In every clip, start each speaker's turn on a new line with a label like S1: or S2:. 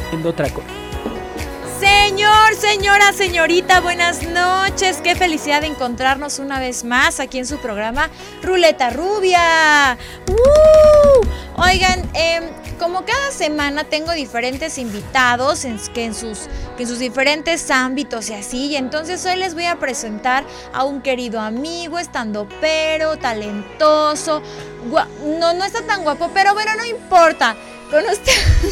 S1: haciendo otra cosa.
S2: Señor, señora, señorita, buenas noches. Qué felicidad de encontrarnos una vez más aquí en su programa Ruleta Rubia. Oigan, como cada semana tengo diferentes invitados en sus diferentes ámbitos y así, y entonces hoy les voy a presentar a un querido amigo, estandopero, talentoso. No está tan guapo, pero bueno, no importa. Con usted,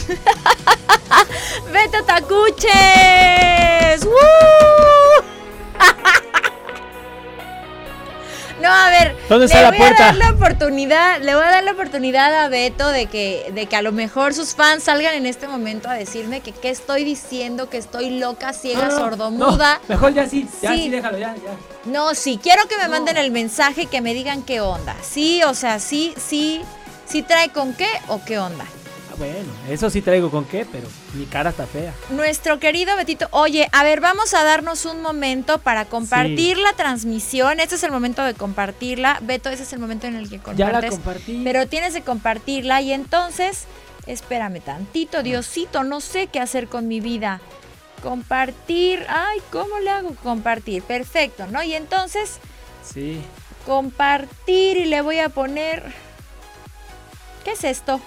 S2: Beto Tacuches. No, a ver,
S1: ¿dónde está la puerta?
S2: Le voy a dar la oportunidad a Beto de que a lo mejor sus fans salgan en este momento a decirme que qué estoy diciendo, que estoy loca, ciega, sordomuda.
S1: No, mejor ya sí, déjalo, ya.
S2: No, sí, quiero que me manden el mensaje y que me digan qué onda. Sí, o sea, sí trae con qué o qué onda.
S1: Bueno, eso sí traigo con qué, pero mi cara está fea.
S2: Nuestro querido Betito, oye, a ver, vamos a darnos un momento para compartir la transmisión. Este es el momento de compartirla. Beto, ese es el momento en el que compartes.
S1: Ya la compartí.
S2: Pero tienes que compartirla y entonces, espérame tantito, Diosito, no sé qué hacer con mi vida. Compartir, ay, ¿cómo le hago compartir? Perfecto, ¿no? Y entonces,
S1: sí,
S2: compartir y le voy a poner, ¿qué es esto?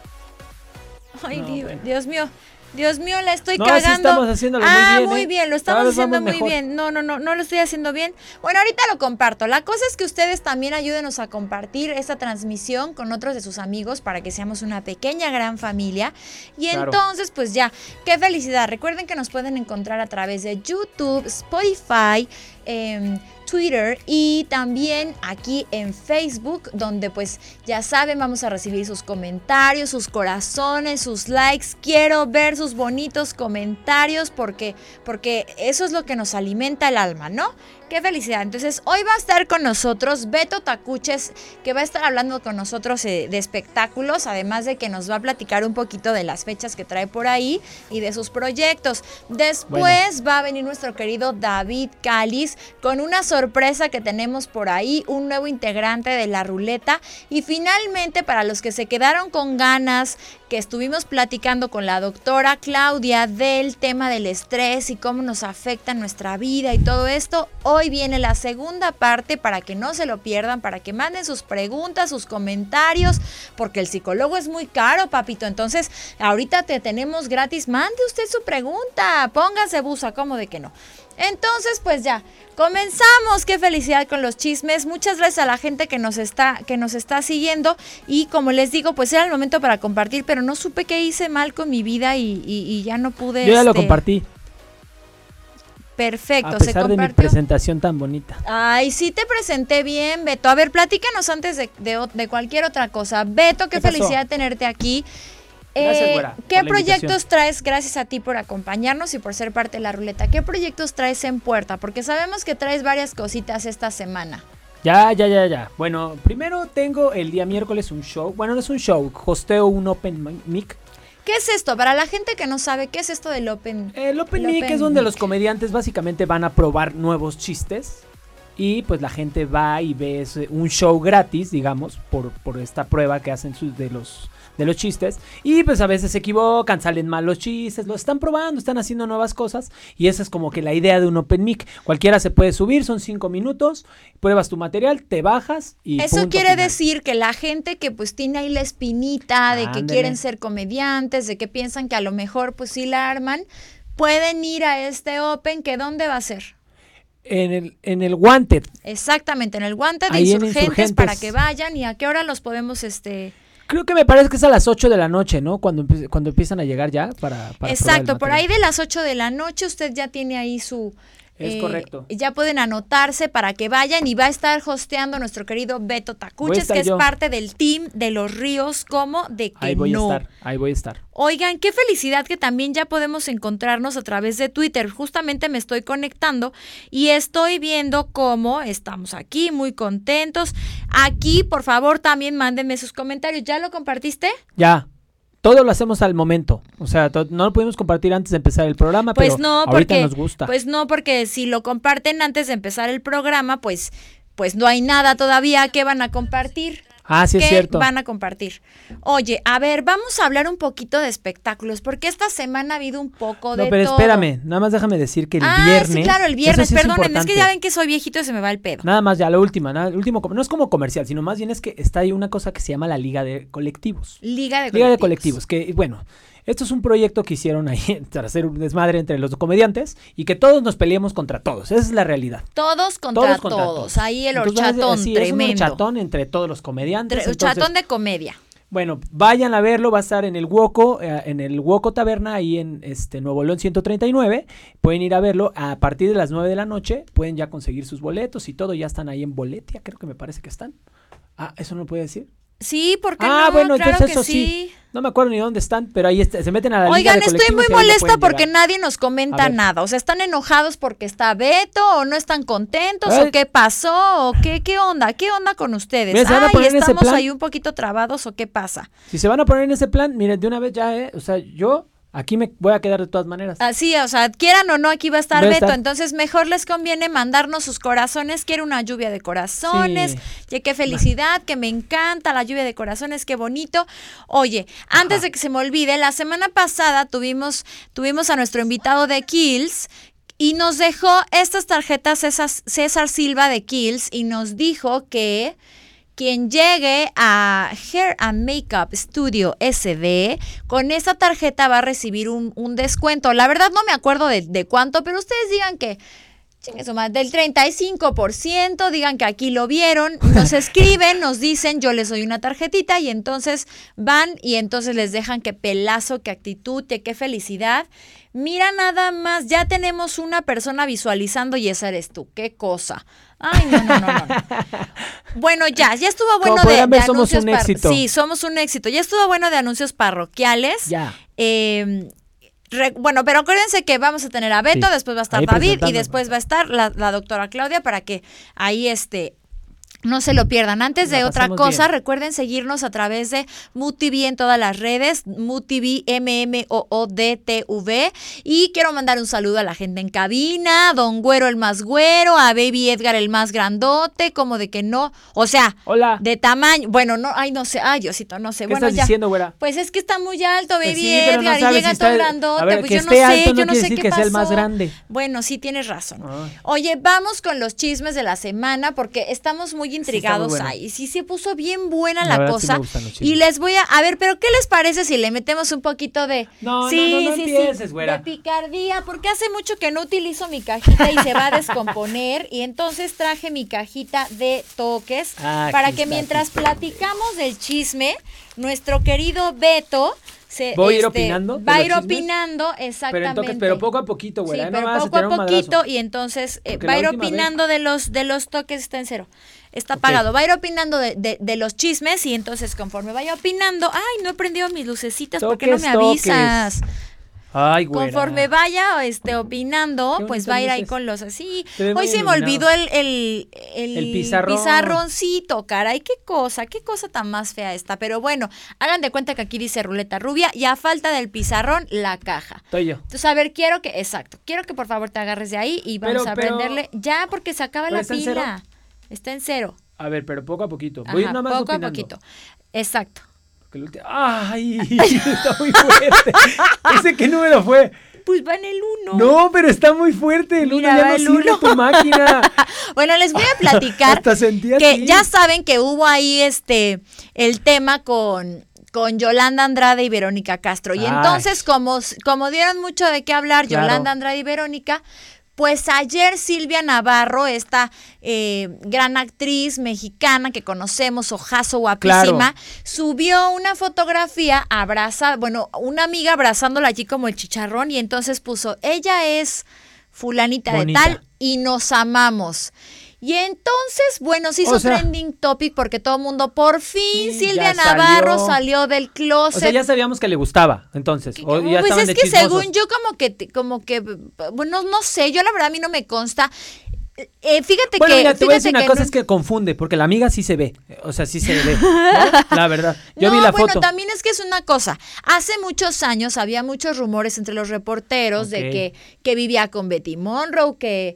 S2: Ay, no, Dios mío, la estoy cagando.
S1: Sí estamos haciéndolo muy bien.
S2: Muy bien, lo estamos haciendo muy bien. No lo estoy haciendo bien. Bueno, ahorita lo comparto. La cosa es que ustedes también ayúdenos a compartir esta transmisión con otros de sus amigos para que seamos una pequeña, gran familia. Y entonces, pues ya, qué felicidad. Recuerden que nos pueden encontrar a través de YouTube, Spotify, Twitter y también aquí en Facebook, donde pues ya saben, vamos a recibir sus comentarios, sus corazones, sus likes. Quiero ver sus bonitos comentarios porque eso es lo que nos alimenta el alma, ¿no? ¡Qué felicidad! Entonces, hoy va a estar con nosotros Beto Tacuches, que va a estar hablando con nosotros de espectáculos, además de que nos va a platicar un poquito de las fechas que trae por ahí y de sus proyectos. Después va a venir nuestro querido David Cáliz con una sorpresa que tenemos por ahí, un nuevo integrante de la ruleta. Y finalmente, para los que se quedaron con ganas, que estuvimos platicando con la doctora Claudia del tema del estrés y cómo nos afecta en nuestra vida y todo esto, hoy viene la segunda parte para que no se lo pierdan, para que manden sus preguntas, sus comentarios, porque el psicólogo es muy caro, papito. Entonces, ahorita te tenemos gratis. Mande usted su pregunta, póngase busa, ¿cómo de que no? Entonces, pues ya, comenzamos. Qué felicidad con los chismes. Muchas gracias a la gente que nos está siguiendo. Y como les digo, pues era el momento para compartir, pero no supe qué hice mal con mi vida y ya no pude.
S1: Yo ya lo compartí.
S2: Perfecto,
S1: a pesar de mi presentación tan bonita.
S2: Ay, sí te presenté bien, Beto. A ver, platícanos antes de cualquier otra cosa. Beto, qué felicidad tenerte aquí.
S1: Gracias, güera,
S2: ¿Qué proyectos traes? Gracias a ti por acompañarnos y por ser parte de la ruleta. ¿Qué proyectos traes en puerta? Porque sabemos que traes varias cositas esta semana.
S1: Ya. Bueno, primero tengo el día miércoles un show. Bueno, no es un show, hosteo un Open Mic.
S2: ¿Qué es esto? Para la gente que no sabe, ¿qué es esto del Open?
S1: El Open Mic es donde los comediantes básicamente van a probar nuevos chistes. Y pues la gente va y ve un show gratis, digamos, por esta prueba que hacen de los chistes. Y pues a veces se equivocan, salen mal los chistes, lo están probando, están haciendo nuevas cosas. Y esa es como que la idea de un Open Mic. Cualquiera se puede subir, son 5 minutos, pruebas tu material, te bajas y
S2: eso punto quiere final. Decir que la gente que pues tiene ahí la espinita de que quieren ser comediantes, de que piensan que a lo mejor pues sí la arman, pueden ir a este Open, que ¿dónde va a ser?
S1: En el Wanted.
S2: Exactamente, en el Wanted de Insurgentes, para que vayan. ¿Y a qué hora los podemos
S1: Creo que me parece que es a las 8 de la noche, ¿no? Cuando empiezan a llegar ya para
S2: exacto, por ahí de las 8 de la noche usted ya tiene ahí su...
S1: Es correcto.
S2: Ya pueden anotarse para que vayan y va a estar hosteando nuestro querido Beto Tacuches, que es parte del team de Los Ríos, como de que
S1: ahí voy a estar.
S2: Oigan, qué felicidad que también ya podemos encontrarnos a través de Twitter. Justamente me estoy conectando y estoy viendo cómo estamos aquí, muy contentos. Aquí, por favor, también mándenme sus comentarios. ¿Ya lo compartiste?
S1: Ya. Todo lo hacemos al momento, o sea, no lo pudimos compartir antes de empezar el programa,
S2: pues
S1: pero
S2: no,
S1: ahorita nos gusta.
S2: Pues no, porque si lo comparten antes de empezar el programa, pues no hay nada todavía que van a compartir.
S1: Sí, es cierto.
S2: Van a compartir. Oye, a ver, vamos a hablar un poquito de espectáculos, porque esta semana ha habido un poco de todo.
S1: No, pero espérame, nada más déjame decir que el viernes...
S2: Sí, claro, el viernes, perdonen, es que ya ven que soy viejito y se me va el pedo.
S1: Nada más, ya, el último, no es como comercial, sino más bien es que está ahí una cosa que se llama la Liga de Colectivos.
S2: Liga de
S1: Colectivos, que, bueno... Esto es un proyecto que hicieron ahí para hacer un desmadre entre los comediantes y que todos nos peleemos contra todos. Esa es la realidad.
S2: Todos contra todos. Ahí el horchatón tremendo.
S1: Es un horchatón entre todos los comediantes.
S2: Horchatón de comedia.
S1: Bueno, vayan a verlo, va a estar en el Woco Taberna, ahí en Nuevo León 139. Pueden ir a verlo a partir de las 9 de la noche. Pueden ya conseguir sus boletos y todo. Ya están ahí en Boletia, creo que me parece que están. ¿Eso no lo puede decir?
S2: Sí, ¿por qué no?
S1: Bueno,
S2: claro
S1: entonces
S2: que
S1: eso sí. No me acuerdo ni dónde están, pero ahí se meten a la Liga de Colectivos.
S2: Oigan, estoy muy molesta porque nadie nos comenta nada. O sea, ¿están enojados porque está Beto o no están contentos o qué pasó o qué onda? ¿Qué onda con ustedes?
S1: Mira,
S2: ¿estamos ahí un poquito trabados o qué pasa?
S1: Si se van a poner en ese plan, miren, de una vez ya, o sea, yo... Aquí me voy a quedar de todas maneras.
S2: Así, o sea, quieran o no, aquí va a estar Beto. Entonces, mejor les conviene mandarnos sus corazones. Quiero una lluvia de corazones. Sí. Qué felicidad, que me encanta la lluvia de corazones, qué bonito. Oye, antes de que se me olvide, la semana pasada tuvimos a nuestro invitado de Kills y nos dejó estas tarjetas César Silva de Kills y nos dijo que quien llegue a Hair and Makeup Studio SD, con esta tarjeta va a recibir un descuento. La verdad no me acuerdo de cuánto, pero ustedes digan que del 35%, digan que aquí lo vieron, nos escriben, nos dicen, yo les doy una tarjetita y entonces van y entonces les dejan qué pelazo, qué actitud, qué felicidad. Mira nada más, ya tenemos una persona visualizando y esa eres tú, qué cosa. Ay, no. Bueno, ya estuvo bueno de anuncios.
S1: Somos un éxito.
S2: Sí, somos un éxito. Ya estuvo bueno de anuncios parroquiales.
S1: Ya.
S2: Bueno, pero acuérdense que vamos a tener a Beto, después va a estar David y después va a estar la doctora Claudia para que ahí no se lo pierdan. Antes de otra cosa, bien. Recuerden seguirnos a través de MUTV en todas las redes, MUTV, MMOODTV. Y quiero mandar un saludo a la gente en cabina, Don Güero el más güero, a Baby Edgar el más grandote, como de que no, o sea,
S1: hola.
S2: De tamaño, bueno, no, no sé, Diosito, no sé.
S1: ¿Qué estás diciendo, güera?
S2: Pues es que está muy alto, Baby Edgar, y llega todo grandote,
S1: ver,
S2: pues
S1: yo
S2: no sé,
S1: alto,
S2: yo no sé
S1: decir
S2: qué
S1: que
S2: pasó.
S1: Sea el más grande.
S2: Bueno, sí tienes razón. Oye, vamos con los chismes de la semana porque estamos muy intrigados ahí. Sí, se puso bien buena la cosa. Sí y les voy a ver, pero ¿qué les parece si le metemos un poquito de
S1: no empieces, güera.
S2: De picardía? Porque hace mucho que no utilizo mi cajita y se va a descomponer y entonces traje mi cajita de toques para que mientras platicamos del chisme, nuestro querido Beto
S1: ¿Voy a ir opinando?
S2: Va a ir opinando, exactamente.
S1: Pero poco a poquito, güey.
S2: Sí, pero poco a poquito y entonces va a ir opinando de los toques, está en cero. Está apagado. Va a ir opinando de los chismes y entonces conforme vaya opinando, ay, no he prendido mis lucecitas, ¿por qué no me avisas?
S1: Ay, güey.
S2: Conforme vaya opinando, pues va a ir ahí con los así. Hoy se me olvidó el pizarroncito, caray, qué cosa tan más fea esta. Pero bueno, hagan de cuenta que aquí dice ruleta rubia y a falta del pizarrón, la caja.
S1: Estoy yo.
S2: Entonces, a ver, quiero que por favor te agarres de ahí y vamos a prenderle. Ya, porque se acaba la pila. Está en cero.
S1: A ver, pero poco a poquito. Voy nada más
S2: poco
S1: opinando.
S2: A poquito. Exacto.
S1: ¡Ay! Está muy fuerte. ¿Ese qué número fue?
S2: Pues va en el 1.
S1: No, pero está muy fuerte. El 1 ya no sirve tu máquina.
S2: Bueno, les voy a platicar
S1: Hasta sentía
S2: que
S1: así.
S2: Ya saben que hubo ahí el tema con Yolanda Andrade y Verónica Castro. Y entonces, como dieron mucho de qué hablar, claro. Yolanda Andrade y Verónica, pues ayer Silvia Navarro, esta gran actriz mexicana que conocemos, ojazo, guapísima, subió una fotografía una amiga abrazándola allí como el chicharrón y entonces puso, ella es fulanita bonita. De tal y nos amamos. Y entonces, bueno, se hizo trending topic porque todo el mundo, por fin, Silvia Navarro salió del closet.
S1: O sea, ya sabíamos que le gustaba, entonces. Ya
S2: pues es que según yo como que, bueno, no sé, yo la verdad a mí no me consta. Fíjate
S1: bueno,
S2: que...
S1: mira, te voy a decir una cosa,
S2: no...
S1: es que confunde, porque la amiga sí se ve, o sea, sí se ve, ¿no? La verdad. Yo vi la foto.
S2: Bueno, también es que es una cosa, hace muchos años había muchos rumores entre los reporteros de que vivía con Betty Monroe, que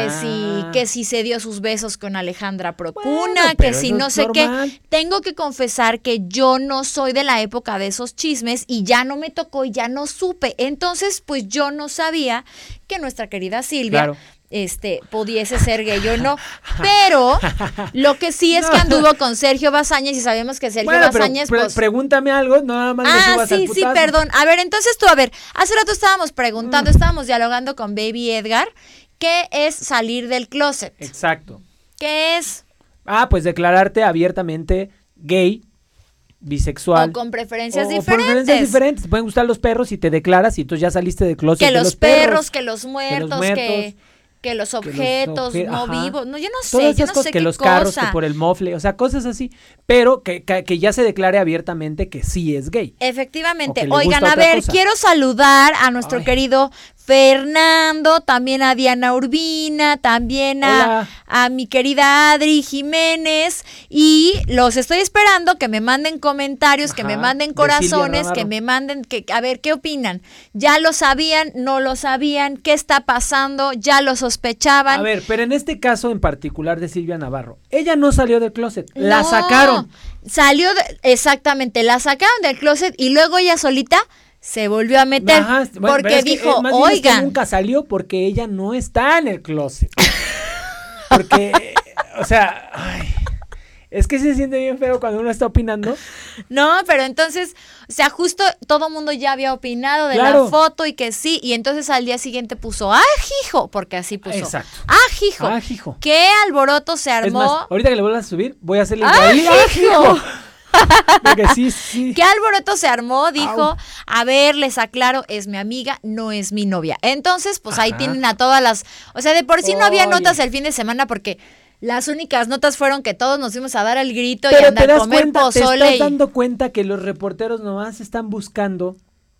S2: si se dio sus besos con Alejandra Procuna, que si no sé qué. Tengo que confesar que yo no soy de la época de esos chismes y ya no me tocó y ya no supe. Entonces, pues yo no sabía que nuestra querida Silvia pudiese ser gay o no, pero lo que sí es que anduvo con Sergio Bazañez y sabemos que Sergio Bazañez pues...
S1: pregúntame algo, no nada más me subas al putazo.
S2: Sí, perdón, a ver, entonces tú, hace rato estábamos preguntando, estábamos dialogando con Baby Edgar, ¿qué es salir del closet?
S1: Exacto.
S2: ¿Qué es?
S1: Pues declararte abiertamente gay, bisexual.
S2: O con preferencias diferentes.
S1: Preferencias diferentes. Te pueden gustar los perros y te declaras y entonces ya saliste del closet.
S2: Que los perros, que los muertos, que los objetos no vivos. No, yo no sé,
S1: todas
S2: yo
S1: esas
S2: no
S1: cosas,
S2: sé
S1: que
S2: qué
S1: los
S2: cosa.
S1: carros, que por el mofle, o sea, cosas así. Pero que ya se declare abiertamente que sí es gay.
S2: Efectivamente. Oigan, a ver, quiero saludar a nuestro querido Fernando, también a Diana Urbina, también a mi querida Adri Jiménez, y los estoy esperando que me manden comentarios, que me manden corazones, que me manden, a ver, ¿qué opinan? ¿Ya lo sabían? ¿No lo sabían? ¿Qué está pasando? ¿Ya lo sospechaban?
S1: A ver, pero en este caso en particular de Silvia Navarro, ella no salió del closet, la sacaron.
S2: Exactamente, la sacaron del closet y luego ella solita se volvió a meter, porque dijo, oigan.
S1: Es que nunca salió porque ella no está en el closet. Porque, o sea, es que se siente bien feo cuando uno está opinando.
S2: No, pero entonces, o sea, justo todo mundo ya había opinado de la foto y que sí, y entonces al día siguiente puso, ¡hijo! Porque así puso.
S1: Exacto.
S2: ¡Hijo! ¿Qué alboroto se armó?
S1: Es más, ahorita que le vuelvas a subir, voy a hacerle ahí, ¡hijo! Porque sí.
S2: ¿Qué alboroto se armó? Dijo, a ver, les aclaro, es mi amiga, no es mi novia. Entonces, pues ahí tienen a todas las... O sea, de por sí no había notas el fin de semana porque las únicas notas fueron que todos nos fuimos a dar el grito y andar a comer pozole.
S1: ¿Te estás dando cuenta que los reporteros nomás están buscando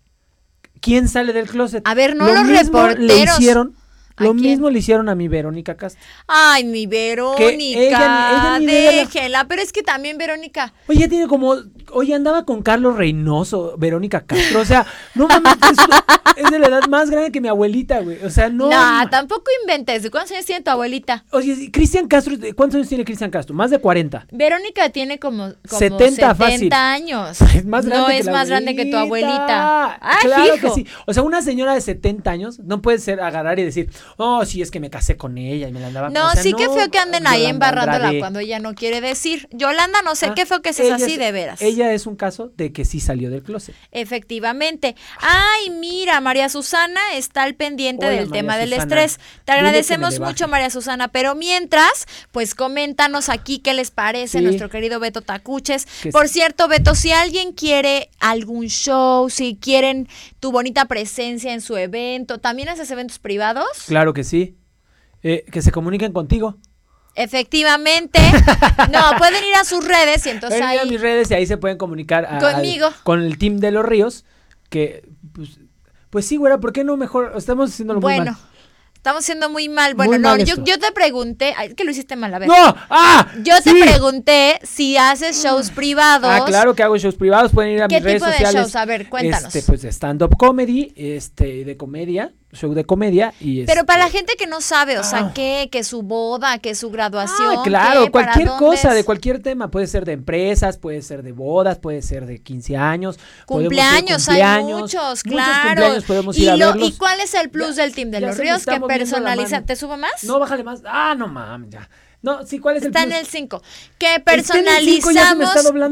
S1: quién sale del closet?
S2: A ver, los reporteros...
S1: Lo mismo le hicieron a mi Verónica Castro.
S2: Ay, mi Verónica, déjela, pero es que también Verónica.
S1: Oye, tiene oye, andaba con Carlos Reynoso, Verónica Castro, o sea, no mames, es de la edad más grande que mi abuelita, güey, o sea, no.
S2: No, tampoco inventes, ¿cuántos años tiene tu abuelita?
S1: Oye, Cristian Castro, ¿cuántos años tiene Cristian Castro? Más de 40.
S2: Verónica tiene como
S1: 70
S2: años.
S1: Es más grande
S2: no es más grande que tu abuelita.
S1: Claro que sí. O sea, una señora de 70 años no puede agarrar y decir, sí, es que me casé con ella y me la andaba...
S2: No, o sea, sí, qué feo que anden ahí embarrándola cuando ella no quiere decir. Yolanda, no sé, qué feo que seas así de veras.
S1: Ella es un caso de que sí salió del closet.
S2: Efectivamente. Ay, mira, María Susana está al pendiente del tema del estrés. Te agradecemos mucho, María Susana, pero mientras, pues coméntanos aquí qué les parece nuestro querido Beto Tacuches. Por cierto, Beto, si alguien quiere algún show, si quieren tu bonita presencia en su evento, ¿también haces eventos privados?
S1: Claro que sí. Que se comuniquen contigo.
S2: Efectivamente. No, pueden ir a sus redes y entonces
S1: pueden ir a mis redes y ahí se pueden comunicar
S2: conmigo.
S1: Con el team de Los Ríos, que pues sí, güera, ¿por qué no mejor? Estamos haciéndolo muy mal.
S2: Estamos siendo muy mal. Bueno, no, yo te pregunté, que lo hiciste mal, a ver.
S1: ¡No!
S2: Yo te pregunté si haces shows privados.
S1: Claro que hago shows privados, pueden ir a mis redes sociales.
S2: ¿Qué tipo de shows? A ver, cuéntanos.
S1: Pues stand-up comedy, de comedia, show de comedia y
S2: Pero para la gente que no sabe, o sea, que su boda, que su graduación.
S1: Claro, cualquier cosa, de cualquier tema, puede ser de empresas, puede ser de bodas, puede ser de 15 años.
S2: Cumpleaños, hay muchos, claro.
S1: Cumpleaños podemos ir a verlos.
S2: ¿Y cuál es el plus del Team de Los Ríos? Que personaliza, ¿te subo más?
S1: No, bájale más. No mames, ya. No, sí, ¿cuál es el plus?
S2: Está en el 5. Que personalizamos,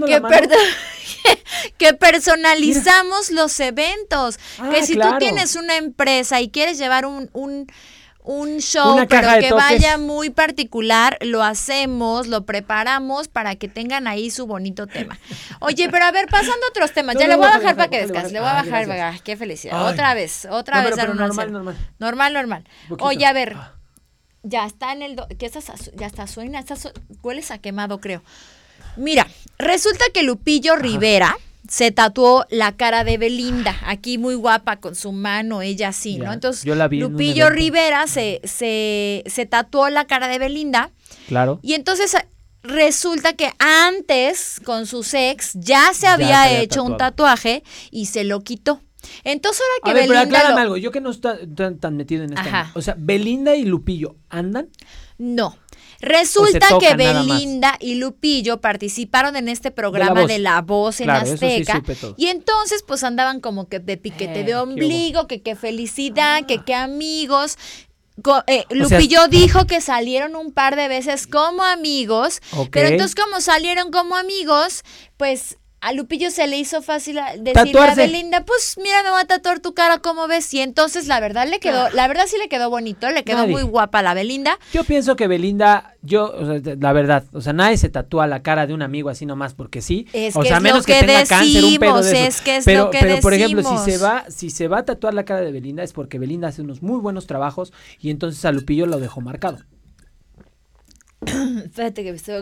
S2: que personalizamos los eventos. Que si tú tienes una empresa y quieres llevar un show, pero que vaya muy particular, lo hacemos, lo preparamos para que tengan ahí su bonito tema. Oye, pero a ver, pasando a otros temas, ya le voy a bajar para que descanse, le voy a bajar, qué felicidad. Otra vez.
S1: Pero normal.
S2: Oye, a ver, ya está en el... ¿Qué estás? Ya está, hueles a quemado, creo. Mira, resulta que Lupillo Rivera se tatuó la cara de Belinda, aquí muy guapa con su mano, ella así,
S1: Ya,
S2: ¿no? Entonces,
S1: yo la vi
S2: Lupillo
S1: en un evento.
S2: Rivera se tatuó la cara de Belinda.
S1: Claro.
S2: Y entonces resulta que antes, con sus ex, ya se
S1: Ya
S2: había
S1: se había
S2: hecho un
S1: tatuado.
S2: tatuaje y se lo quitó. Entonces ahora que
S1: A ver, pero
S2: Belinda
S1: aclárame algo, yo que no estoy tan metido en esta.
S2: Ajá.
S1: O sea, Belinda y Lupillo, ¿andan?
S2: No. Resulta
S1: O se
S2: que
S1: tocan nada más.
S2: Belinda y Lupillo participaron en este programa de La Voz en
S1: Claro, eso sí
S2: Azteca.
S1: supe todo.
S2: Y entonces pues andaban como que de piquete de ombligo, que qué felicidad, que qué amigos. Lupillo dijo que salieron un par de veces como amigos,
S1: Ok.
S2: pero entonces como salieron como amigos, pues a Lupillo se le hizo fácil decirle
S1: Tatuarse.
S2: a Belinda, pues mira, me voy a tatuar tu cara, ¿cómo ves? Y entonces la verdad sí le quedó bonito, le quedó
S1: Nadie.
S2: muy guapa a la Belinda.
S1: Yo pienso que Belinda, o sea, la verdad, o sea, nadie se tatúa la cara de un amigo así nomás porque sí.
S2: Es
S1: o
S2: que
S1: sea,
S2: es
S1: menos
S2: lo
S1: que
S2: que
S1: tenga cáncer, un pedo de
S2: decimos,
S1: eso.
S2: es que es
S1: pero,
S2: lo que
S1: pero por ejemplo,
S2: decimos.
S1: si se va a tatuar la cara de Belinda es porque Belinda hace unos muy buenos trabajos y entonces a Lupillo lo dejó marcado.
S2: Espérate que me estoy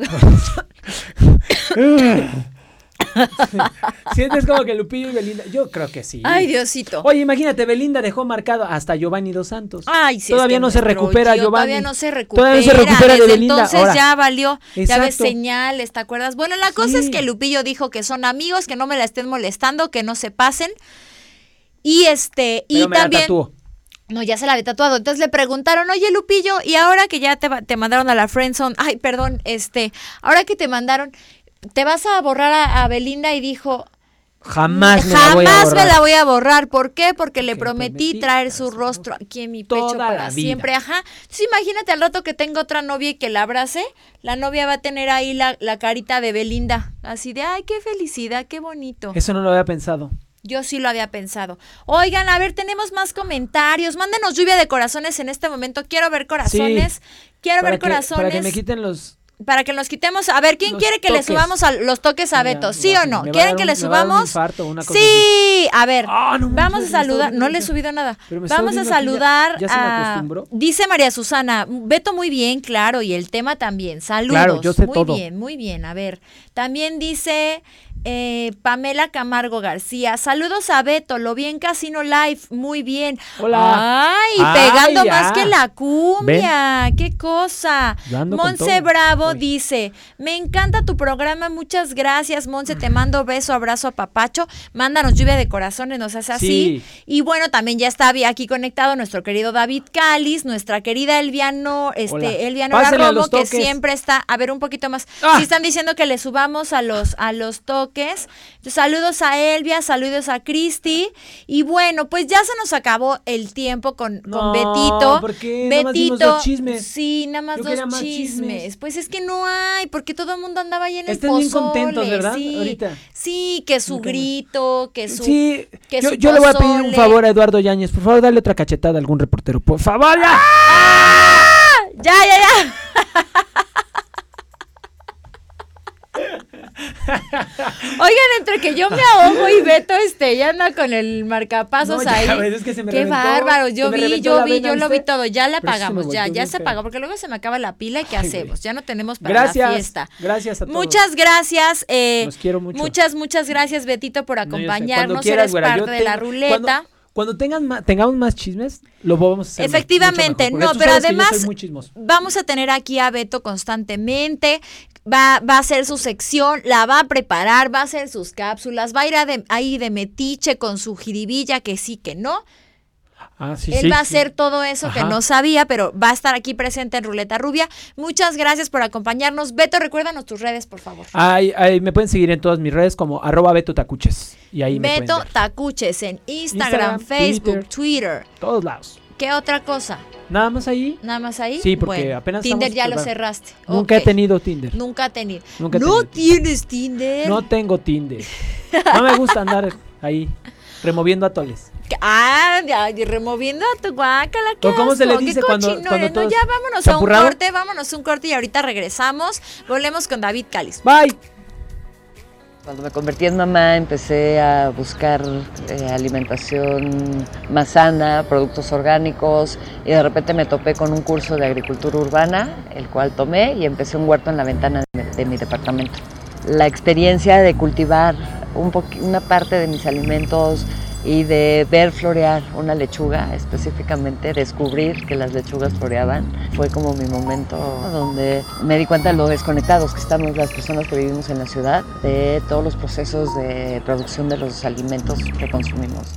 S1: ¿Sientes como que Lupillo y Belinda? Yo creo que sí.
S2: Ay, Diosito.
S1: Oye, imagínate, Belinda dejó marcado hasta Giovanni Dos Santos.
S2: Ay, sí,
S1: Todavía
S2: es que
S1: no se
S2: nuestro
S1: recupera
S2: tío
S1: Giovanni.
S2: Todavía no se recupera.
S1: Todavía no se recupera de
S2: Desde
S1: Belinda.
S2: entonces
S1: Ahora.
S2: ya valió. Ya ves
S1: Exacto.
S2: señales, ¿te acuerdas? Bueno, la cosa
S1: Sí.
S2: es que Lupillo dijo que son amigos, que no me la estén molestando, que no se pasen. Y
S1: Pero
S2: y
S1: me la
S2: también.
S1: tatuó.
S2: No, ya se la había tatuado. Entonces le preguntaron, oye, Lupillo, y ahora que ya te mandaron a la friendzone, ay, perdón, ahora que te mandaron, ¿te vas a borrar a Belinda? Y dijo,
S1: Jamás me la voy a
S2: jamás
S1: borrar.
S2: me la voy a borrar. ¿Por qué? Porque le
S1: Porque
S2: prometí
S1: prometí
S2: traer
S1: traer
S2: su
S1: su
S2: rostro aquí en mi pecho
S1: toda
S2: para
S1: la vida.
S2: siempre. Ajá. Entonces imagínate al rato que tenga otra novia y que la abrace, la novia va a tener ahí la carita de Belinda. Así de, ay, qué felicidad, qué bonito.
S1: Eso no lo había pensado.
S2: Yo sí lo había pensado. Oigan, a ver, tenemos más comentarios. Mándenos lluvia de corazones en este momento. Quiero ver corazones.
S1: Sí.
S2: Quiero
S1: Para
S2: ver corazones.
S1: Para que me quiten los...
S2: Para que nos quitemos. A ver, ¿quién
S1: Los
S2: quiere que le
S1: toques.
S2: subamos los toques a
S1: Mira,
S2: Beto? ¿Sí o no?
S1: me va a
S2: ¿Quieren
S1: dar
S2: que
S1: un-
S2: le
S1: me va a dar un
S2: subamos?
S1: infarto o una cosa
S2: Sí. A ver,
S1: Ah, no
S2: vamos
S1: manches,
S2: a
S1: me está
S2: saludar.
S1: doliendo
S2: No le he
S1: mucho.
S2: subido nada.
S1: Pero me está
S2: Vamos a
S1: doliendo aquí,
S2: saludar
S1: ya se me
S2: a.
S1: acostumbró.
S2: Dice María Susana, Beto muy bien, claro, y el tema también. Saludos.
S1: Claro, yo sé
S2: muy
S1: todo.
S2: bien, muy bien. A ver, también dice Pamela Camargo García. Saludos a Beto, lo vi en Casino Live, muy bien.
S1: Hola.
S2: Ay,
S1: Ay,
S2: pegando
S1: ya.
S2: más que la cumbia. Qué cosa.
S1: Yo ando con
S2: Monse
S1: todo.
S2: Bravo
S1: Uy.
S2: dice, me encanta tu programa, muchas gracias, Monse, te mando beso, abrazo a papacho, mándanos lluvia de corazones, nos hace así.
S1: Sí.
S2: Y bueno, también ya está aquí conectado nuestro querido David Cáliz, nuestra querida Elviano,
S1: Hola.
S2: Elviano
S1: Pásenle a
S2: Romo,
S1: los
S2: que
S1: toques.
S2: siempre está, a ver un poquito más.
S1: Ah.
S2: Sí están diciendo que le subamos a los toques. Entonces, saludos a Elvia, saludos a Cristi. Y bueno, pues ya se nos acabó el tiempo con
S1: No,
S2: Betito.
S1: ¿por qué? Nada más dimos
S2: Betito,
S1: dos chismes.
S2: sí, nada más
S1: Yo
S2: dos
S1: quería más
S2: chismes.
S1: chismes.
S2: Pues es que no hay, porque todo el mundo andaba ahí en el
S1: Están
S2: pozole.
S1: bien contentos, ¿verdad?
S2: Sí,
S1: Ahorita.
S2: sí, que su
S1: Nunca-
S2: grito, que su...
S1: Sí,
S2: que
S1: yo,
S2: su
S1: yo le voy a pedir un
S2: pozole.
S1: favor a Eduardo Yáñez. Por favor, dale otra cachetada a algún reportero. Por favor, ya.
S2: ¡Ya! Oigan, entre que yo me ahogo y Beto ya anda con el marcapasos
S1: No, ya,
S2: ahí.
S1: ves, es que se me
S2: Qué
S1: reventó,
S2: bárbaro,
S1: se
S2: yo
S1: me
S2: vi,
S1: reventó
S2: yo
S1: la
S2: vi,
S1: vena,
S2: yo lo vi
S1: ¿viste?
S2: todo, ya le
S1: Pero sí se me
S2: apagamos, ya
S1: volteó bien
S2: se
S1: feo.
S2: apagó, porque luego se me acaba la pila y ¿qué
S1: Ay,
S2: hacemos?
S1: güey.
S2: Ya no tenemos para la
S1: Gracias,
S2: fiesta.
S1: gracias a todos.
S2: Muchas gracias,
S1: Los quiero mucho.
S2: muchas gracias, Betito, por
S1: No, yo sé.
S2: acompañarnos,
S1: Cuando quieras,
S2: eres
S1: güera, yo
S2: parte de la
S1: tengo-
S2: ruleta.
S1: Cuando tengamos más chismes, lo vamos a hacer.
S2: Efectivamente,
S1: mucho mejor, porque
S2: no,
S1: tú
S2: pero
S1: sabes que yo
S2: además
S1: soy muy chismoso.
S2: vamos a tener aquí a Beto constantemente, va a hacer su sección, la va a preparar, va a hacer sus cápsulas, va a ir ahí de metiche con su jiribilla, que sí, que no.
S1: Ah, sí,
S2: Él
S1: sí,
S2: va a
S1: sí.
S2: hacer todo eso que
S1: Ajá.
S2: no sabía, pero va a estar aquí presente en Ruleta Rubia. Muchas gracias por acompañarnos. Beto, recuérdanos tus redes, por favor.
S1: Ahí me pueden seguir en todas mis redes como @BetoTacuches. Y ahí me
S2: Beto
S1: pueden ver.
S2: Tacuches en Instagram, Facebook, Twitter.
S1: Todos lados.
S2: ¿Qué otra cosa?
S1: Nada más ahí.
S2: ¿Nada más ahí?
S1: Sí, porque
S2: Bueno,
S1: apenas
S2: Tinder
S1: estamos
S2: ya lo
S1: preparando.
S2: cerraste.
S1: Nunca he
S2: Ok.
S1: tenido Tinder.
S2: Nunca ha tenido.
S1: Nunca he
S2: ¿No
S1: tenido Tinder.
S2: tienes Tinder?
S1: No tengo Tinder. No me gusta andar ahí removiendo atoles.
S2: Ah, ya, y removiendo a tu guácala, qué
S1: ¿O cómo se le
S2: asco, qué
S1: dice cuando
S2: cochino
S1: todos
S2: eres? No, ya vámonos a un
S1: champurrado?
S2: corte, vámonos a un corte y ahorita regresamos. Volvemos con David Cáliz.
S1: Bye.
S3: Cuando me convertí en mamá empecé a buscar alimentación más sana, productos orgánicos y de repente me topé con un curso de agricultura urbana, el cual tomé y empecé un huerto en la ventana de mi departamento. la experiencia de cultivar una parte de mis alimentos y de ver florear una lechuga, específicamente descubrir que las lechugas floreaban, fue como mi momento donde me di cuenta de lo desconectados que estamos las personas que vivimos en la ciudad, de todos los procesos de producción de los alimentos que consumimos.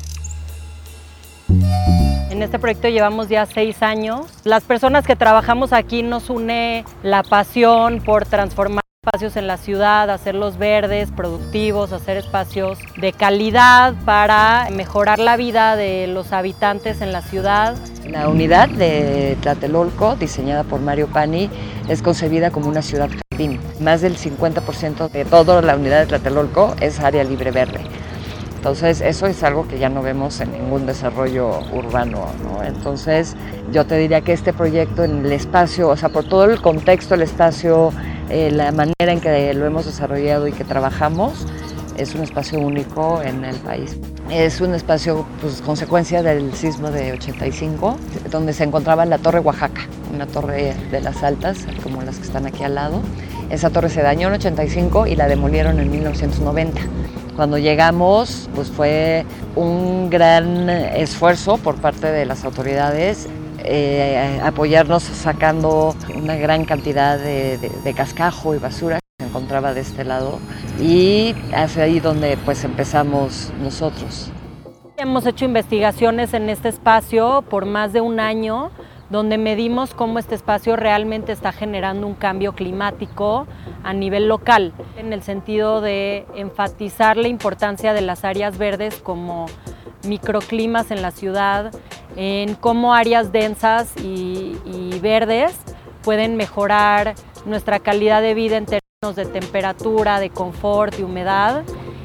S4: En este proyecto llevamos ya 6 años. Las personas que trabajamos aquí nos une la pasión por transformar espacios en la ciudad, hacerlos verdes, productivos, hacer espacios de calidad para mejorar la vida de los habitantes en la ciudad.
S3: La unidad de Tlatelolco, diseñada por Mario Pani, es concebida como una ciudad jardín. Más del 50% de toda la unidad de Tlatelolco es área libre verde. Entonces eso es algo que ya no vemos en ningún desarrollo urbano, ¿no? Entonces yo te diría que este proyecto en el espacio, o sea, por todo el contexto, el espacio, la manera en que lo hemos desarrollado y que trabajamos, es un espacio único en el país. Es un espacio, pues, consecuencia del sismo de 85, donde se encontraba la Torre Oaxaca, una torre de las altas, como las que están aquí al lado. Esa torre se dañó en 85 y la demolieron en 1990. Cuando llegamos, pues fue un gran esfuerzo por parte de las autoridades apoyarnos sacando una gran cantidad de cascajo y basura que se encontraba de este lado, y es ahí donde pues empezamos nosotros.
S4: Hemos hecho investigaciones en este espacio por más de un año, donde medimos cómo este espacio realmente está generando un cambio climático a nivel local, en el sentido de enfatizar la importancia de las áreas verdes como microclimas en la ciudad, en cómo áreas densas y verdes pueden mejorar nuestra calidad de vida en términos de temperatura, de confort y humedad.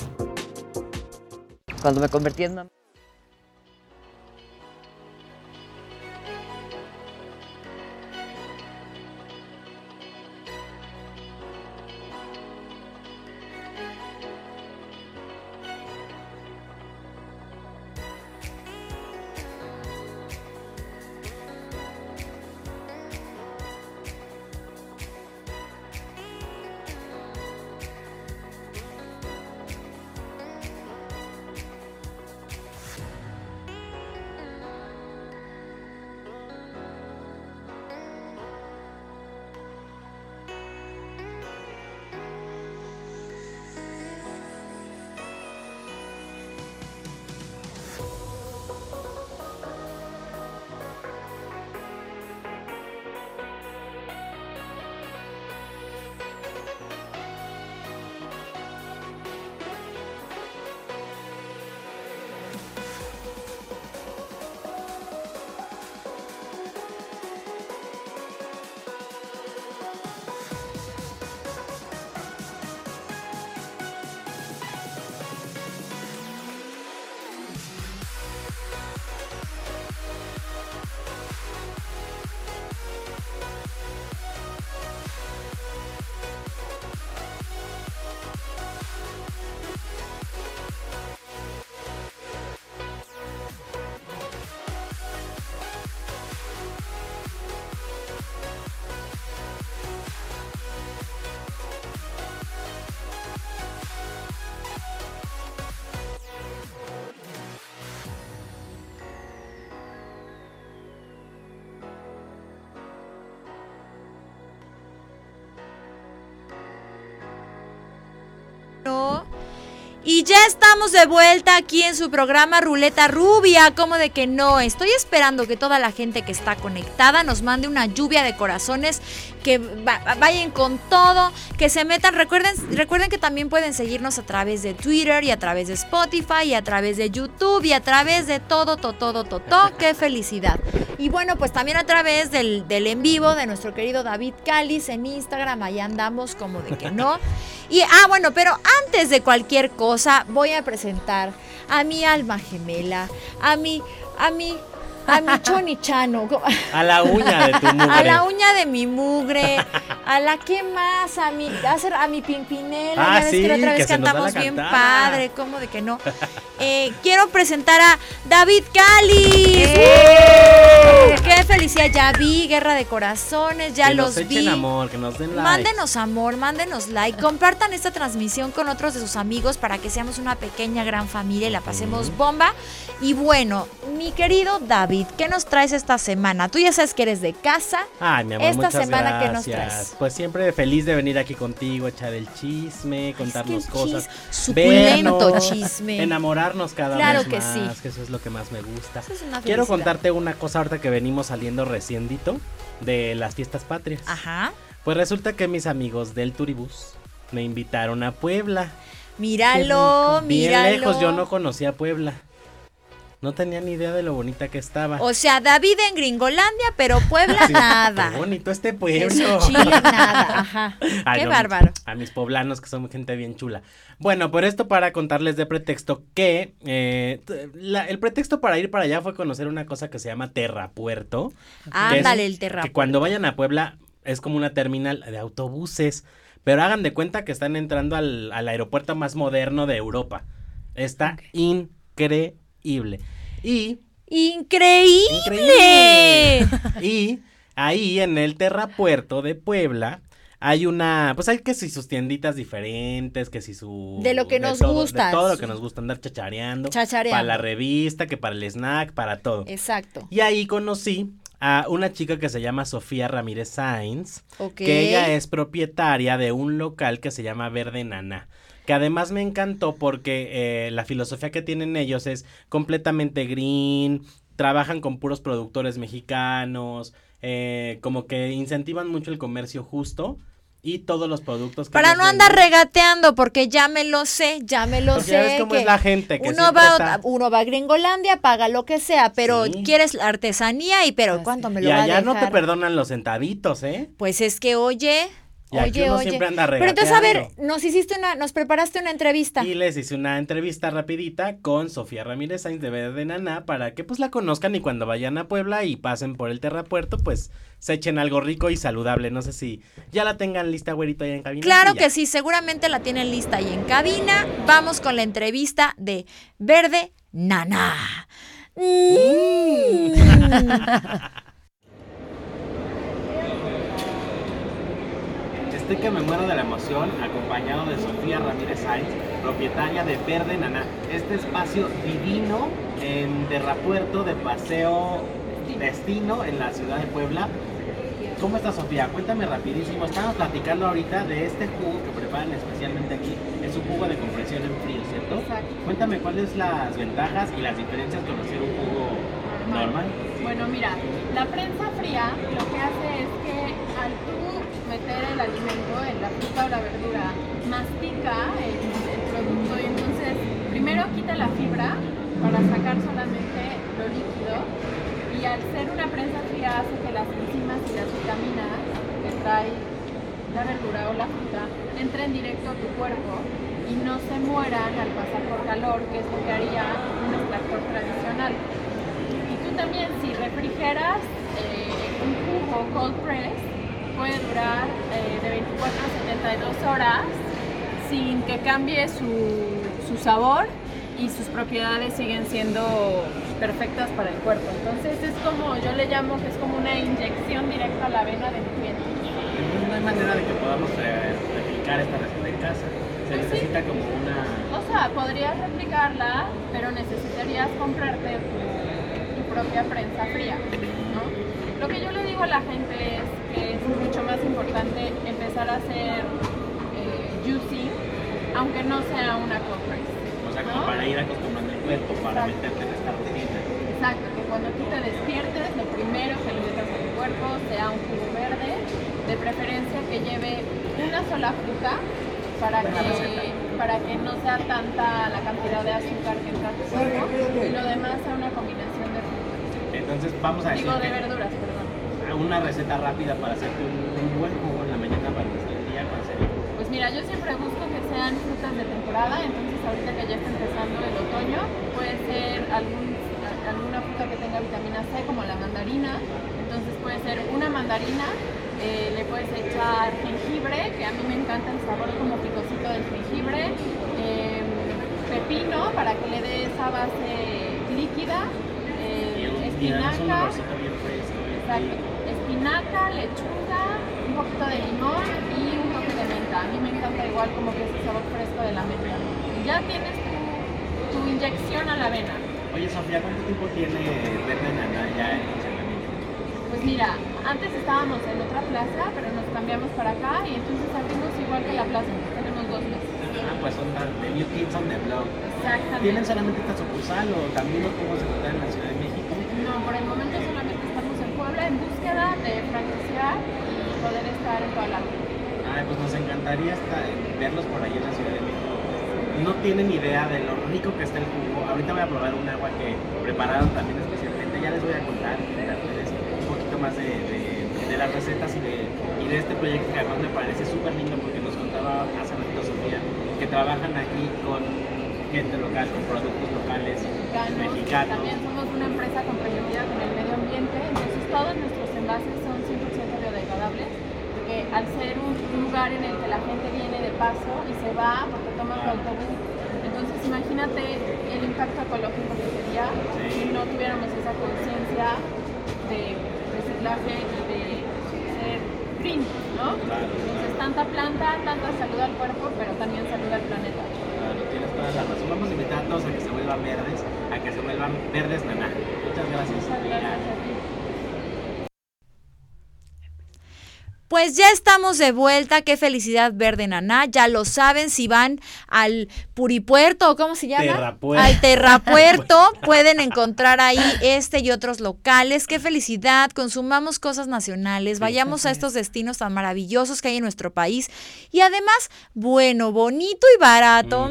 S3: Cuando me convertí en mamá,
S2: Y ya estamos de vuelta aquí en su programa Ruleta Rubia. ¿Cómo de que no? Estoy esperando que toda la gente que está conectada nos mande una lluvia de corazones, que vayan con todo, que se metan. Recuerden que también pueden seguirnos a través de Twitter y a través de Spotify y a través de YouTube y a través de todo. ¡Qué felicidad! Y bueno, pues también a través del en vivo de nuestro querido David Cáliz en Instagram. Ahí andamos, como de que no. Y bueno, pero antes de cualquier cosa voy a presentar a mi alma gemela, a mi chonichano,
S5: a la uña de tu mugre,
S2: a la uña de mi mugre, a la que más, a mi Pimpinela. Ya ves que la otra vez cantamos bien padre, ¿cómo de que no? Quiero presentar a David Cáliz. ¡Qué felicidad! Ya vi Guerra de Corazones, ya los vi.
S5: Que nos echen amor, que nos den like.
S2: Mándenos amor, mándenos like. Compartan esta transmisión con otros de sus amigos para que seamos una pequeña gran familia y la pasemos bomba. Y bueno, mi querido David, ¿qué nos traes esta semana? Tú ya sabes que eres de casa.
S5: Ay, mi amor,
S2: esta
S5: muchas
S2: semana,
S5: gracias.
S2: ¿qué nos traes?
S5: Pues siempre feliz de venir aquí contigo, echar el chisme, contarnos cosas.
S2: Suculento
S5: vernos,
S2: chisme.
S5: Enamorarnos cada
S2: Claro
S5: vez
S2: que
S5: más,
S2: sí.
S5: que eso es lo que más me gusta.
S2: Eso es una
S5: Quiero
S2: felicidad.
S5: contarte una cosa ahorita que venimos saliendo reciendito de las fiestas patrias.
S2: Ajá.
S5: Pues resulta que mis amigos del Turibús me invitaron a Puebla.
S2: Míralo,
S5: Bien
S2: míralo.
S5: lejos, yo no conocía Puebla. No tenía ni idea de lo bonita que estaba.
S2: O sea, David en Gringolandia, pero Puebla
S5: Sí,
S2: nada.
S5: Qué bonito este pueblo.
S2: Eso, Chile nada. Ajá.
S5: Ay,
S2: Qué
S5: no,
S2: bárbaro.
S5: A mis poblanos, que son gente bien chula. Bueno, por esto para contarles de pretexto que el pretexto para ir para allá fue conocer una cosa que se llama Terrapuerto.
S2: Ándale, el Terrapuerto.
S5: Que cuando vayan a Puebla es como una terminal de autobuses. Pero hagan de cuenta que están entrando al aeropuerto más moderno de Europa. Está increíble.
S2: ¡Increíble!
S5: Y ahí en el Terrapuerto de Puebla hay pues hay que si sus tienditas diferentes, que si su...
S2: De lo que nos gusta.
S5: De todo lo que nos gusta, andar chachareando. Para la revista, que para el snack, para todo.
S2: Exacto.
S5: Y ahí conocí a una chica que se llama Sofía Ramírez Sainz,
S2: Ok.
S5: que ella es propietaria de un local que se llama Verde Naná. Que además me encantó porque la filosofía que tienen ellos es completamente green, trabajan con puros productores mexicanos, como que incentivan mucho el comercio justo y todos los productos que
S2: Para
S5: ellos
S2: no andar
S5: venden.
S2: regateando, porque ya me lo sé.
S5: Porque ya ves cómo es la gente, que
S2: uno va a Gringolandia, paga lo que sea, pero
S5: Sí.
S2: quieres la artesanía pero ¿cuánto me lo
S5: Y
S2: va a
S5: allá
S2: dejar?
S5: no te perdonan los centavitos, ¿eh?
S2: Pues es que oye.
S5: Y aquí uno siempre anda
S2: Pero entonces, a ver,
S5: regateando.
S2: nos preparaste una entrevista.
S5: Y les hice una entrevista rapidita con Sofía Ramírez Sainz de Verde Naná para que pues la conozcan y cuando vayan a Puebla y pasen por el Terrapuerto pues se echen algo rico y saludable. No sé si ya la tengan lista, güerito, allá en cabina.
S2: Claro que sí, seguramente la tienen lista ahí en cabina. Vamos con la entrevista de Verde Naná.
S5: Estoy que me muero de la emoción, acompañado de Sofía Ramírez Sainz, propietaria de Verde Naná. Este espacio divino en Terrapuerto de paseo destino en la ciudad de Puebla. ¿Cómo estás, Sofía? Cuéntame rapidísimo. Estamos platicando ahorita de este jugo que preparan especialmente aquí. Es un jugo de compresión en frío, ¿cierto?
S6: Exacto.
S5: Cuéntame cuáles las ventajas y las diferencias con hacer un jugo normal.
S6: Bueno, mira, la prensa fría lo que hace es que al tú meter el alimento en la fruta o la verdura, mastica el producto y entonces primero quita la fibra para sacar solamente lo líquido y al ser una prensa fría hace que las enzimas y las vitaminas que trae la verdura o la fruta entren directo a tu cuerpo y no se mueran al pasar por calor, que es lo que haría un extractor tradicional. Y tú también, si refrigeras un jugo cold press, puede durar de 24 a 72 horas sin que cambie su sabor y sus propiedades siguen siendo perfectas para el cuerpo. Entonces es como, yo le llamo que es como una inyección directa a la vena de mi cliente.
S5: Entonces no hay manera de que podamos replicar esta receta en casa. Se necesita como una...
S6: O sea, podrías replicarla, pero necesitarías comprarte tu propia prensa fría, ¿no? Lo que yo le digo a la gente es que es mucho más importante empezar a hacer juicing, aunque no sea una cold press.
S5: O sea,
S6: ¿no?
S5: como para ir acostumbrando el cuerpo, para meterte en esta rutina.
S6: Exacto, que cuando tú te despiertes, lo primero que le metas a tu cuerpo sea un jugo verde, de preferencia que lleve una sola fruta para que no sea tanta la cantidad de azúcar que entra a tu cuerpo y lo demás sea una combinación de frutas.
S5: Entonces vamos a decir
S6: Digo, de
S5: que
S6: verduras, perdón.
S5: una receta rápida para hacerte un buen jugo en la mañana para empezar el día, ¿cuál sería?
S6: Pues mira, yo siempre busco que sean frutas de temporada, entonces ahorita que ya está empezando el otoño, puede ser alguna fruta que tenga vitamina C como la mandarina, entonces puede ser una mandarina, le puedes echar jengibre, que a mí me encanta el sabor como picosito del jengibre, pepino para que le dé esa base líquida,
S5: Y es un olorcito bien fresco.
S6: Exacto. Espinaca, lechuga, un poquito de limón y un toque de menta. A mí me encanta igual como que ese sabor fresco de la menta. Y ya tienes tu inyección a la avena.
S5: Oye, Sofía, ¿cuánto tiempo tiene Verde Naná ya en funcionamiento?
S6: Pues mira, antes estábamos en otra plaza, pero nos cambiamos para acá y entonces abrimos igual que la plaza. Tenemos 2 meses.
S5: Ah, pues son The New Kids on the Block.
S6: Exactamente.
S5: ¿Tienen solamente esta sucursal o también lo podemos encontrar en la Ciudad de México?
S6: No, por el momento solamente estamos en Puebla en búsqueda de franquiciar y poder estar en toda la República.
S5: Ay, pues nos encantaría verlos por ahí en la Ciudad de México. No tienen idea de lo rico que está el jugo. Ahorita voy a probar un agua que prepararon también especialmente. Ya les voy a contar un poquito más de las recetas y de este proyecto que además me parece súper lindo porque nos contaba hace ratito Sofía que trabajan aquí con gente local, con productos locales, mexicanos.
S6: También somos una empresa comprometida con el medio ambiente, entonces todos nuestros envases son 100% biodegradables, porque al ser un lugar en el que la gente viene de paso y se va porque toma su autobús, entonces imagínate el impacto ecológico que sería si no tuviéramos esa conciencia de reciclaje y de ser green, ¿no?
S5: Claro.
S6: Entonces tanta planta, tanta salud al cuerpo, pero también salud al planeta.
S5: Claro, tienes toda la razón. Vamos a invitar a todos a que se vuelvan verdes, a que se vuelvan verdes Naná. Muchas gracias.
S6: Muchas gracias a ti.
S2: Pues ya estamos de vuelta, qué felicidad Verde Naná, ya lo saben, si van al Puripuerto, ¿o cómo se llama?
S5: Terrapuerto.
S2: Al Terrapuerto, pueden encontrar ahí este y otros locales, qué felicidad, consumamos cosas nacionales, vayamos a estos destinos tan maravillosos que hay en nuestro país, y además, bueno, bonito y barato,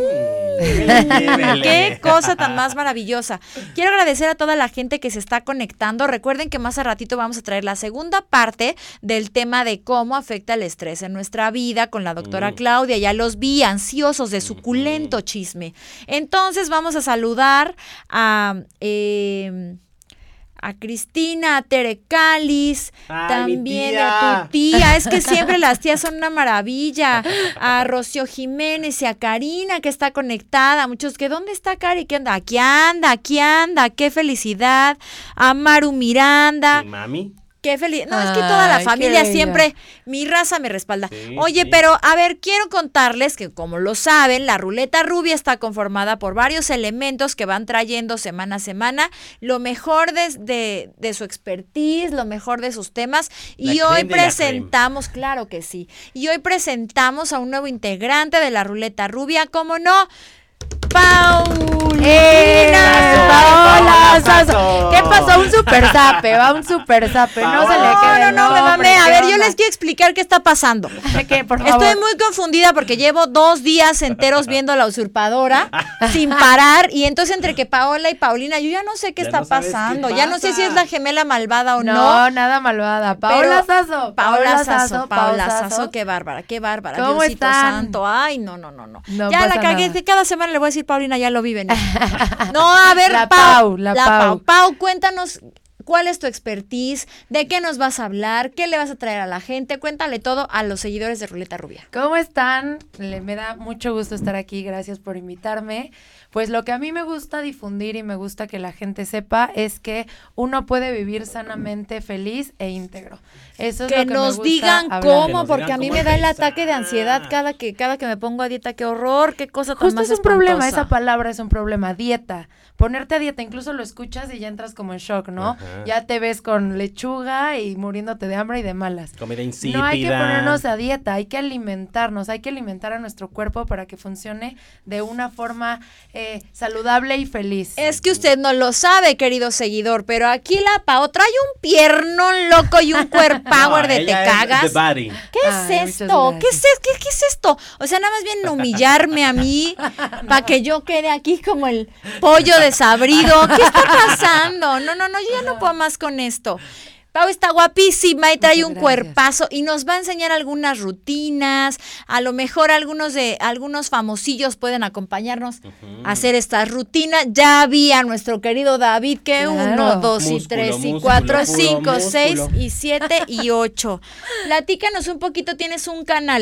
S2: qué cosa tan más maravillosa. Quiero agradecer a toda la gente que se está conectando, recuerden que más a ratito vamos a traer la segunda parte del tema de cómo afecta el estrés en nuestra vida con la doctora Claudia. Ya los vi ansiosos de suculento chisme. Entonces vamos a saludar a Cristina, a Tere Cáliz, también a tu tía, es que siempre las tías son una maravilla, a Rocío Jiménez y a Karina que está conectada, muchos que ¿dónde está Cari? ¿Qué anda? Aquí anda, qué felicidad, a Maru Miranda.
S5: ¿Mi mami?
S2: Qué feliz. No, es que toda la familia siempre, mi raza me respalda.
S5: Sí,
S2: Oye, pero a ver, quiero contarles que como lo saben, la ruleta rubia está conformada por varios elementos que van trayendo semana a semana lo mejor de su expertise, lo mejor de sus temas. Y hoy presentamos, claro que sí, y hoy presentamos a un nuevo integrante de la ruleta rubia, ¿cómo no? Paulina
S7: Paola Sasso. ¿Qué pasó? Un super zape, no se le quede.
S2: No, me mamé. A ver, yo les quiero explicar qué está pasando.
S7: ¿Qué, por favor?
S2: Estoy muy confundida porque llevo 2 días enteros viendo La Usurpadora sin parar, y entonces entre que Paola y Paulina, yo ya no sé qué está pasando. Ya no sé si es la gemela malvada o no.
S7: No, nada malvada. Paola Sasso.
S2: Paola Sasso, qué bárbara.
S7: ¿Cómo
S2: Diosito
S7: están?
S2: santo. Ay, no.
S7: No
S2: Ya la
S7: pasa
S2: cagué.
S7: nada.
S2: Cada semana le voy a decir, Paulina, ya lo vi venir. No, a ver,
S7: La
S2: Pau.
S7: Pau.
S2: Pau, cuéntanos cuál es tu expertise, de qué nos vas a hablar, qué le vas a traer a la gente. Cuéntale todo a los seguidores de Ruleta Rubia.
S7: ¿Cómo están? Me da mucho gusto estar aquí, gracias por invitarme. Pues lo que a mí me gusta difundir y me gusta que la gente sepa es que uno puede vivir sanamente feliz e íntegro. Eso es
S2: Que
S7: lo que
S2: nos
S7: me gusta
S2: digan
S7: hablar.
S2: cómo, porque a mí me da el ataque de ansiedad cada que me pongo a dieta. Qué horror, qué cosa tan
S7: Justo
S2: más
S7: es un problema,
S2: espantosa.
S7: esa palabra es un problema, dieta. Ponerte a dieta, incluso lo escuchas y ya entras como en shock, ¿no?
S5: Ajá.
S7: Ya te ves con lechuga y muriéndote de hambre y de malas.
S5: Comida insípida.
S7: No hay que ponernos a dieta, hay que alimentarnos, hay que alimentar a nuestro cuerpo para que funcione de una forma saludable y feliz.
S2: Es que usted no lo sabe, querido seguidor, pero aquí la Pao trae un piernón loco y un core power de te cagas. ¿Qué es esto? ¿Qué es esto? O sea, nada más vienen a humillarme a mí para que yo quede aquí como el pollo desabrido. ¿Qué está pasando? No, yo ya no puedo más con esto. Pau está guapísima y trae
S7: Muchas
S2: un
S7: gracias.
S2: cuerpazo y nos va a enseñar algunas rutinas. A lo mejor algunos famosillos pueden acompañarnos a hacer estas rutinas. Ya vi a nuestro querido David que
S7: Claro.
S2: 1, 2 y
S5: Músculo,
S2: 3 y
S5: músculo,
S2: 4,
S5: puro
S2: 5, 6
S5: músculo.
S2: y 7 y 8. Platícanos un poquito, tienes un canal.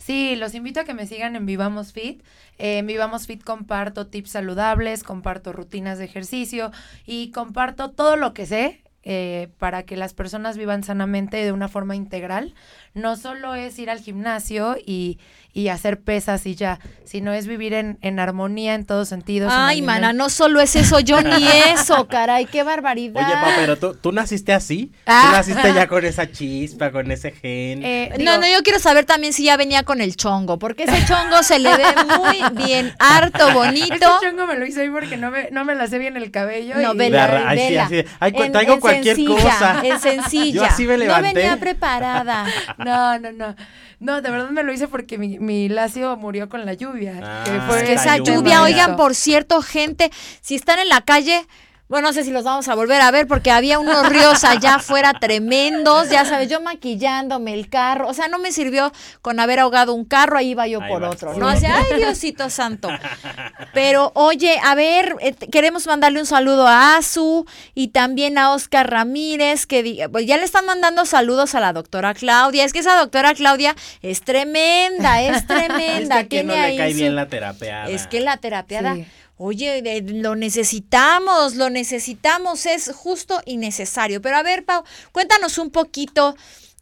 S7: Sí, los invito a que me sigan en Vivamos Fit. En Vivamos Fit comparto tips saludables, comparto rutinas de ejercicio y comparto todo lo que sé para que las personas vivan sanamente de una forma integral. No solo es ir al gimnasio y hacer pesas y ya, sino es vivir en armonía en todos sentidos.
S2: Ay, mana, no solo es eso, yo ni eso, caray, qué barbaridad.
S5: Oye, Pau, pero tú naciste así, tú naciste ya con esa chispa, con ese gen.
S2: No, yo quiero saber también si ya venía con el chongo, porque ese chongo se le ve muy bien, harto, bonito.
S7: Ese chongo me lo hice hoy porque no me la sé bien el cabello.
S2: No, vela.
S5: Traigo cualquier cosa.
S2: En sencilla.
S5: Yo así me levanté.
S2: No venía preparada.
S7: No, de verdad me lo hice porque mi lacio murió con la lluvia.
S2: Es que esa lluvia, oigan, por cierto, gente, si están en la calle, bueno, no sé si los vamos a volver a ver porque había unos ríos allá afuera tremendos, ya sabes, yo maquillándome el carro, o sea, no me sirvió con haber ahogado un carro, ahí iba yo por otro, ¿no? Así, ay, Diosito santo. Pero, oye, a ver, queremos mandarle un saludo a Azu y también a Oscar Ramírez, que pues ya le están mandando saludos a la doctora Claudia, es que esa doctora Claudia es tremenda.
S5: Es que no le cae bien la terapeada.
S2: Es que la terapeada... Sí. Oye, lo necesitamos, es justo y necesario. Pero a ver, Pau, cuéntanos un poquito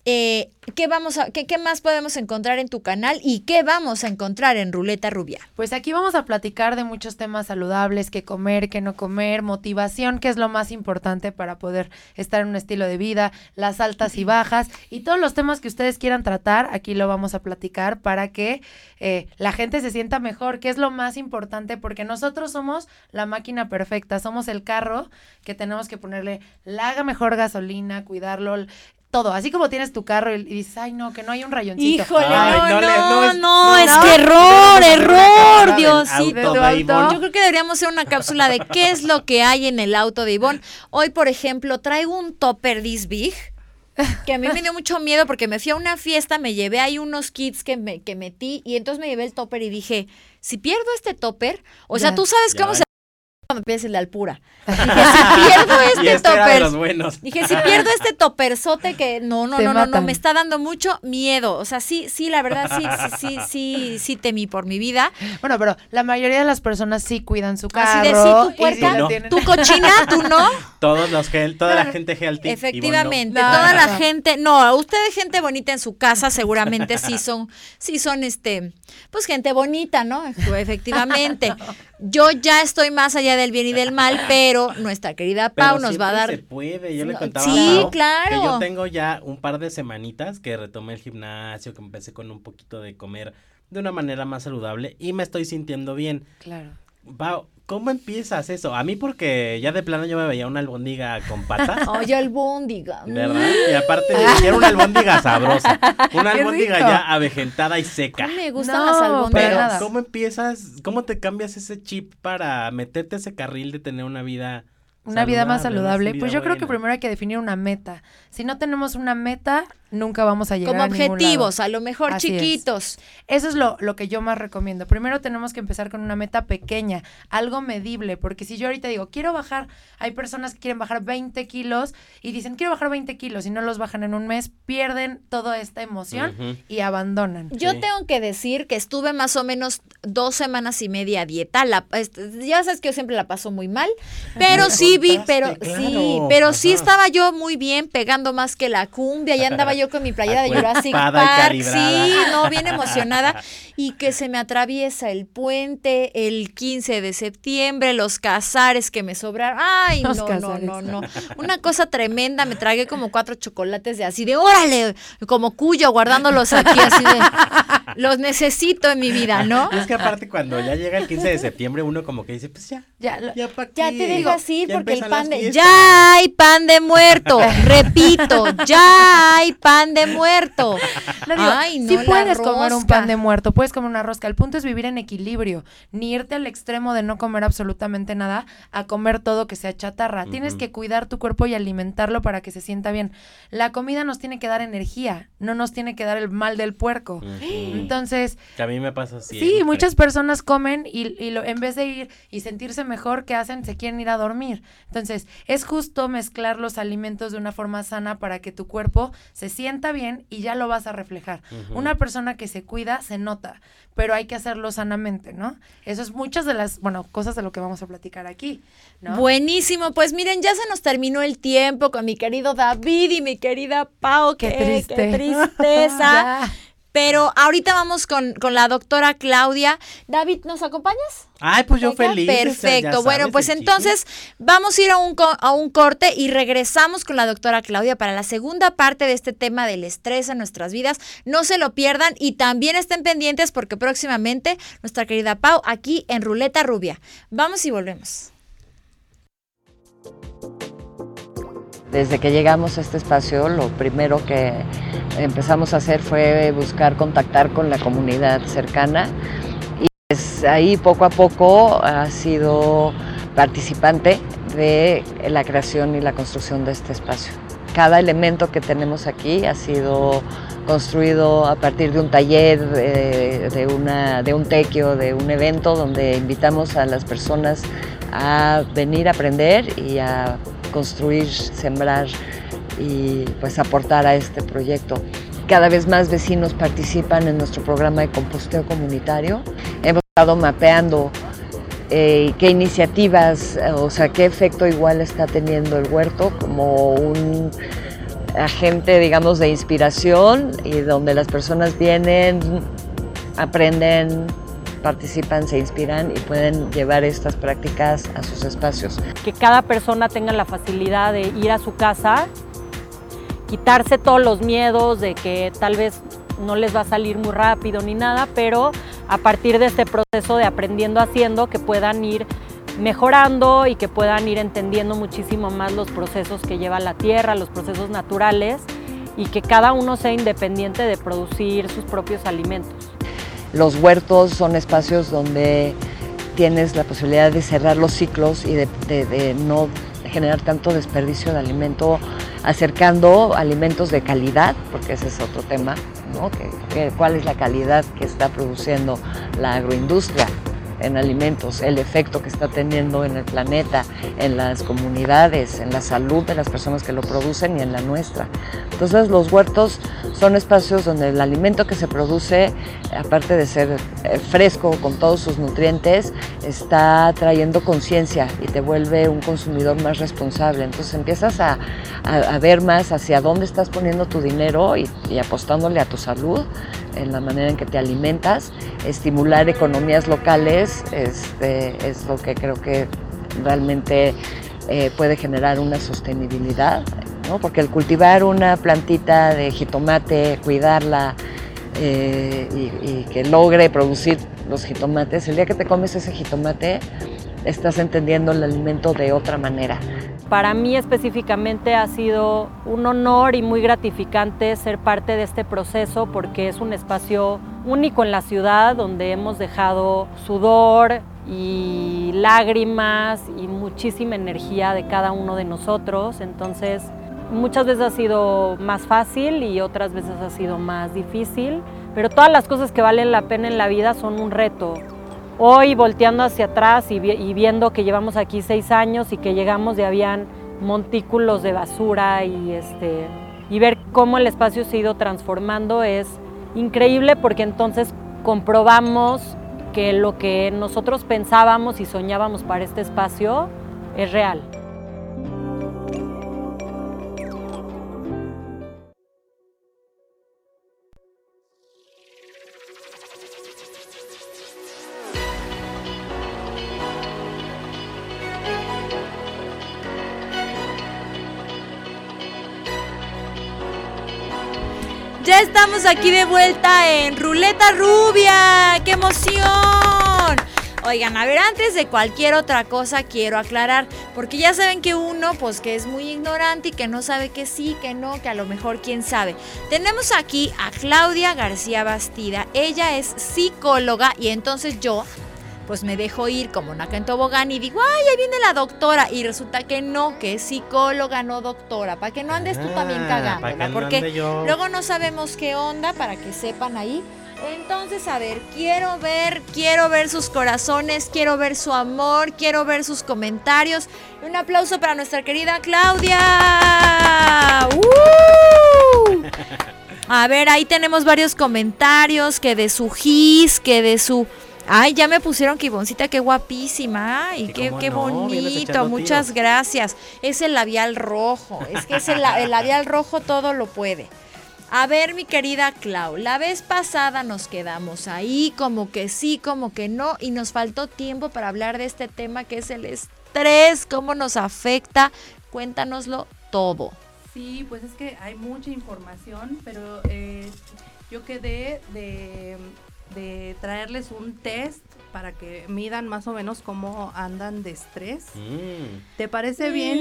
S2: ¿qué más podemos encontrar en tu canal y qué vamos a encontrar en Ruleta Rubial?
S7: Pues aquí vamos a platicar de muchos temas saludables, qué comer, qué no comer, motivación, que es lo más importante para poder estar en un estilo de vida, las altas y bajas y todos los temas que ustedes quieran tratar, aquí lo vamos a platicar para que la gente se sienta mejor, que es lo más importante, porque nosotros somos la máquina perfecta, somos el carro que tenemos que ponerle la mejor gasolina, cuidarlo, todo, así como tienes tu carro y dices, ay no, que no hay un rayoncito.
S2: Híjole,
S7: no,
S2: es que error, Diosito. Yo creo que deberíamos hacer una cápsula de qué es lo que hay en el auto de Ivonne. Hoy, por ejemplo, traigo un topper this big, que a mí me dio mucho miedo porque me fui a una fiesta, me llevé ahí unos kits que metí y entonces me llevé el topper y dije, si pierdo este topper, o sea, tú sabes cómo se... Cuando empieza el de Alpura. Dije, si pierdo este topper. Dije, si pierdo este toperzote que no, me está dando mucho miedo. O sea, sí, la verdad, sí temí por mi vida.
S7: Bueno, pero la mayoría de las personas sí cuidan su carro.
S2: Así de sí, tu puerca, tu cochina, tú no.
S5: Toda la gente healthy.
S2: Efectivamente, toda la gente, no, ustedes gente bonita en su casa seguramente sí son pues gente bonita, ¿no? Efectivamente. Yo ya estoy más allá del bien y del mal, pero nuestra querida Pau nos va a dar...
S5: se puede, yo le contaba a Pau
S2: claro.
S5: Que yo tengo ya un par de semanitas que retomé el gimnasio, que empecé con un poquito de comer de una manera más saludable y me estoy sintiendo bien.
S7: Claro.
S5: Pau, ¿cómo empiezas eso? A mí porque ya de plano yo me veía una albóndiga con patas.
S2: Oye, albóndiga.
S5: ¿Verdad? Y aparte era una albóndiga sabrosa. Una albóndiga ya avejentada y seca.
S2: No me gustan las albóndigas.
S5: Pero ¿cómo empiezas? ¿Cómo te cambias ese chip para meterte a ese carril de tener una vida...
S7: Una vida más saludable? Pues yo creo que primero hay que definir una meta. Si no tenemos una meta, nunca vamos a llegar
S2: como
S7: a ningún lado.
S2: objetivos, a lo mejor
S7: así
S2: chiquitos.
S7: Eso es lo que yo más recomiendo. Primero tenemos que empezar con una meta pequeña, algo medible, porque si yo ahorita digo, quiero bajar, hay personas que quieren bajar 20 kilos y dicen, quiero bajar 20 kilos y no los bajan en un mes, pierden toda esta emoción y abandonan.
S2: Yo tengo que decir que estuve más o menos 2 semanas y media a dieta. Ya sabes que yo siempre la paso muy mal, pero sí estaba yo muy bien, pegando más que la cumbia, ya andaba yo con mi playera de Jurassic Park, bien emocionada, y que se me atraviesa el puente el 15 de septiembre, los cazares que me sobraron, no, una cosa tremenda, me tragué como 4 chocolates de órale, como Cuyo, guardándolos aquí así de, los necesito en mi vida, ¿no?
S5: Y es que aparte cuando ya llega el 15 de septiembre uno como que dice, pues ya
S2: te dejo así porque el pan ya hay pan de muerto, repito, ya hay pan de muerto.
S7: Sí puedes comer un pan de muerto, puedes comer una rosca. El punto es vivir en equilibrio, ni irte al extremo de no comer absolutamente nada a comer todo que sea chatarra. Tienes que cuidar tu cuerpo y alimentarlo para que se sienta bien. La comida nos tiene que dar energía, no nos tiene que dar el mal del puerco. Entonces,
S5: que a mí me pasa así.
S7: Sí, muchas personas comen y en vez de ir y sentirse mejor, ¿qué hacen? Se quieren ir a dormir. Entonces, es justo mezclar los alimentos de una forma sana para que tu cuerpo se sienta bien y ya lo vas a reflejar reflejar. Una persona que se cuida se nota, pero hay que hacerlo sanamente, ¿no? Eso es muchas de las, cosas de lo que vamos a platicar aquí, ¿no?
S2: Buenísimo, pues miren, ya se nos terminó el tiempo con mi querido David y mi querida Pau.
S7: Qué
S2: tristeza. Pero ahorita vamos con la doctora Claudia. David, ¿nos acompañas?
S5: Ay, pues yo feliz.
S2: Perfecto.
S5: Sabes,
S2: bueno, pues entonces vamos a ir a un corte y regresamos con la doctora Claudia para la segunda parte de este tema del estrés en nuestras vidas. No se lo pierdan y también estén pendientes porque próximamente nuestra querida Pau aquí en Ruleta Rubia. Vamos y volvemos.
S3: Desde que llegamos a este espacio, lo primero que empezamos a hacer fue buscar contactar con la comunidad cercana y pues ahí poco a poco ha sido participante de la creación y la construcción de este espacio. Cada elemento que tenemos aquí ha sido construido a partir de un taller, de un tequio, de un evento donde invitamos a las personas a venir a aprender y a construir, sembrar y pues aportar a este proyecto. Cada vez más vecinos participan en nuestro programa de composteo comunitario. Hemos estado mapeando qué iniciativas, qué efecto igual está teniendo el huerto como un agente, digamos, de inspiración y donde las personas vienen, aprenden, participan, se inspiran y pueden llevar estas prácticas a sus espacios.
S4: Que cada persona tenga la facilidad de ir a su casa, quitarse todos los miedos de que tal vez no les va a salir muy rápido ni nada, pero a partir de este proceso de aprendiendo haciendo, que puedan ir mejorando y que puedan ir entendiendo muchísimo más los procesos que lleva la tierra, los procesos naturales, y que cada uno sea independiente de producir sus propios alimentos.
S3: Los huertos son espacios donde tienes la posibilidad de cerrar los ciclos y de no generar tanto desperdicio de alimento, acercando alimentos de calidad, porque ese es otro tema, ¿no? ¿Cuál es la calidad que está produciendo la agroindustria en alimentos, el efecto que está teniendo en el planeta, en las comunidades, en la salud de las personas que lo producen y en la nuestra? Entonces los huertos son espacios donde el alimento que se produce, aparte de ser fresco con todos sus nutrientes, está trayendo conciencia y te vuelve un consumidor más responsable. Entonces empiezas a ver más hacia dónde estás poniendo tu dinero y apostándole a tu salud, en la manera en que te alimentas. Estimular economías locales es lo que creo que realmente puede generar una sostenibilidad, ¿no? Porque el cultivar una plantita de jitomate, cuidarla y que logre producir los jitomates, el día que te comes ese jitomate estás entendiendo el alimento de otra manera.
S4: Para mí específicamente ha sido un honor y muy gratificante ser parte de este proceso porque es un espacio único en la ciudad donde hemos dejado sudor y lágrimas y muchísima energía de cada uno de nosotros. Entonces, muchas veces ha sido más fácil y otras veces ha sido más difícil, pero todas las cosas que valen la pena en la vida son un reto. Hoy, volteando hacia atrás y viendo que llevamos aquí 6 años y que llegamos y habían montículos de basura y ver cómo el espacio se ha ido transformando es increíble porque entonces comprobamos que lo que nosotros pensábamos y soñábamos para este espacio es real.
S2: Ya estamos aquí de vuelta en Ruleta Rubia. ¡Qué emoción! Oigan, a ver, antes de cualquier otra cosa quiero aclarar, porque ya saben que uno, pues que es muy ignorante y que no sabe que sí, que no, que a lo mejor quién sabe. Tenemos aquí a Claudia García Bastida. Ella es psicóloga y entonces yo pues me dejo ir como naca en tobogán y digo, ay, ahí viene la doctora, y resulta que no, que es psicóloga, no doctora, para que no andes tú también cagándola, porque luego no sabemos qué onda, para que sepan ahí. Entonces, a ver, quiero ver sus corazones, quiero ver su amor, quiero ver sus comentarios. Un aplauso para nuestra querida Claudia. A ver, ahí tenemos varios comentarios, que de su gis, que de su... Ay, ya me pusieron que Ivoncita, qué guapísima. Ay, qué bonito, muchas gracias. Es el labial rojo, es que es el labial rojo todo lo puede. A ver, mi querida Clau, la vez pasada nos quedamos ahí, como que sí, como que no, y nos faltó tiempo para hablar de este tema que es el estrés, cómo nos afecta. Cuéntanoslo todo.
S8: Sí, pues es que hay mucha información, pero yo quedé de traerles un test para que midan más o menos cómo andan de estrés. ¿Te parece bien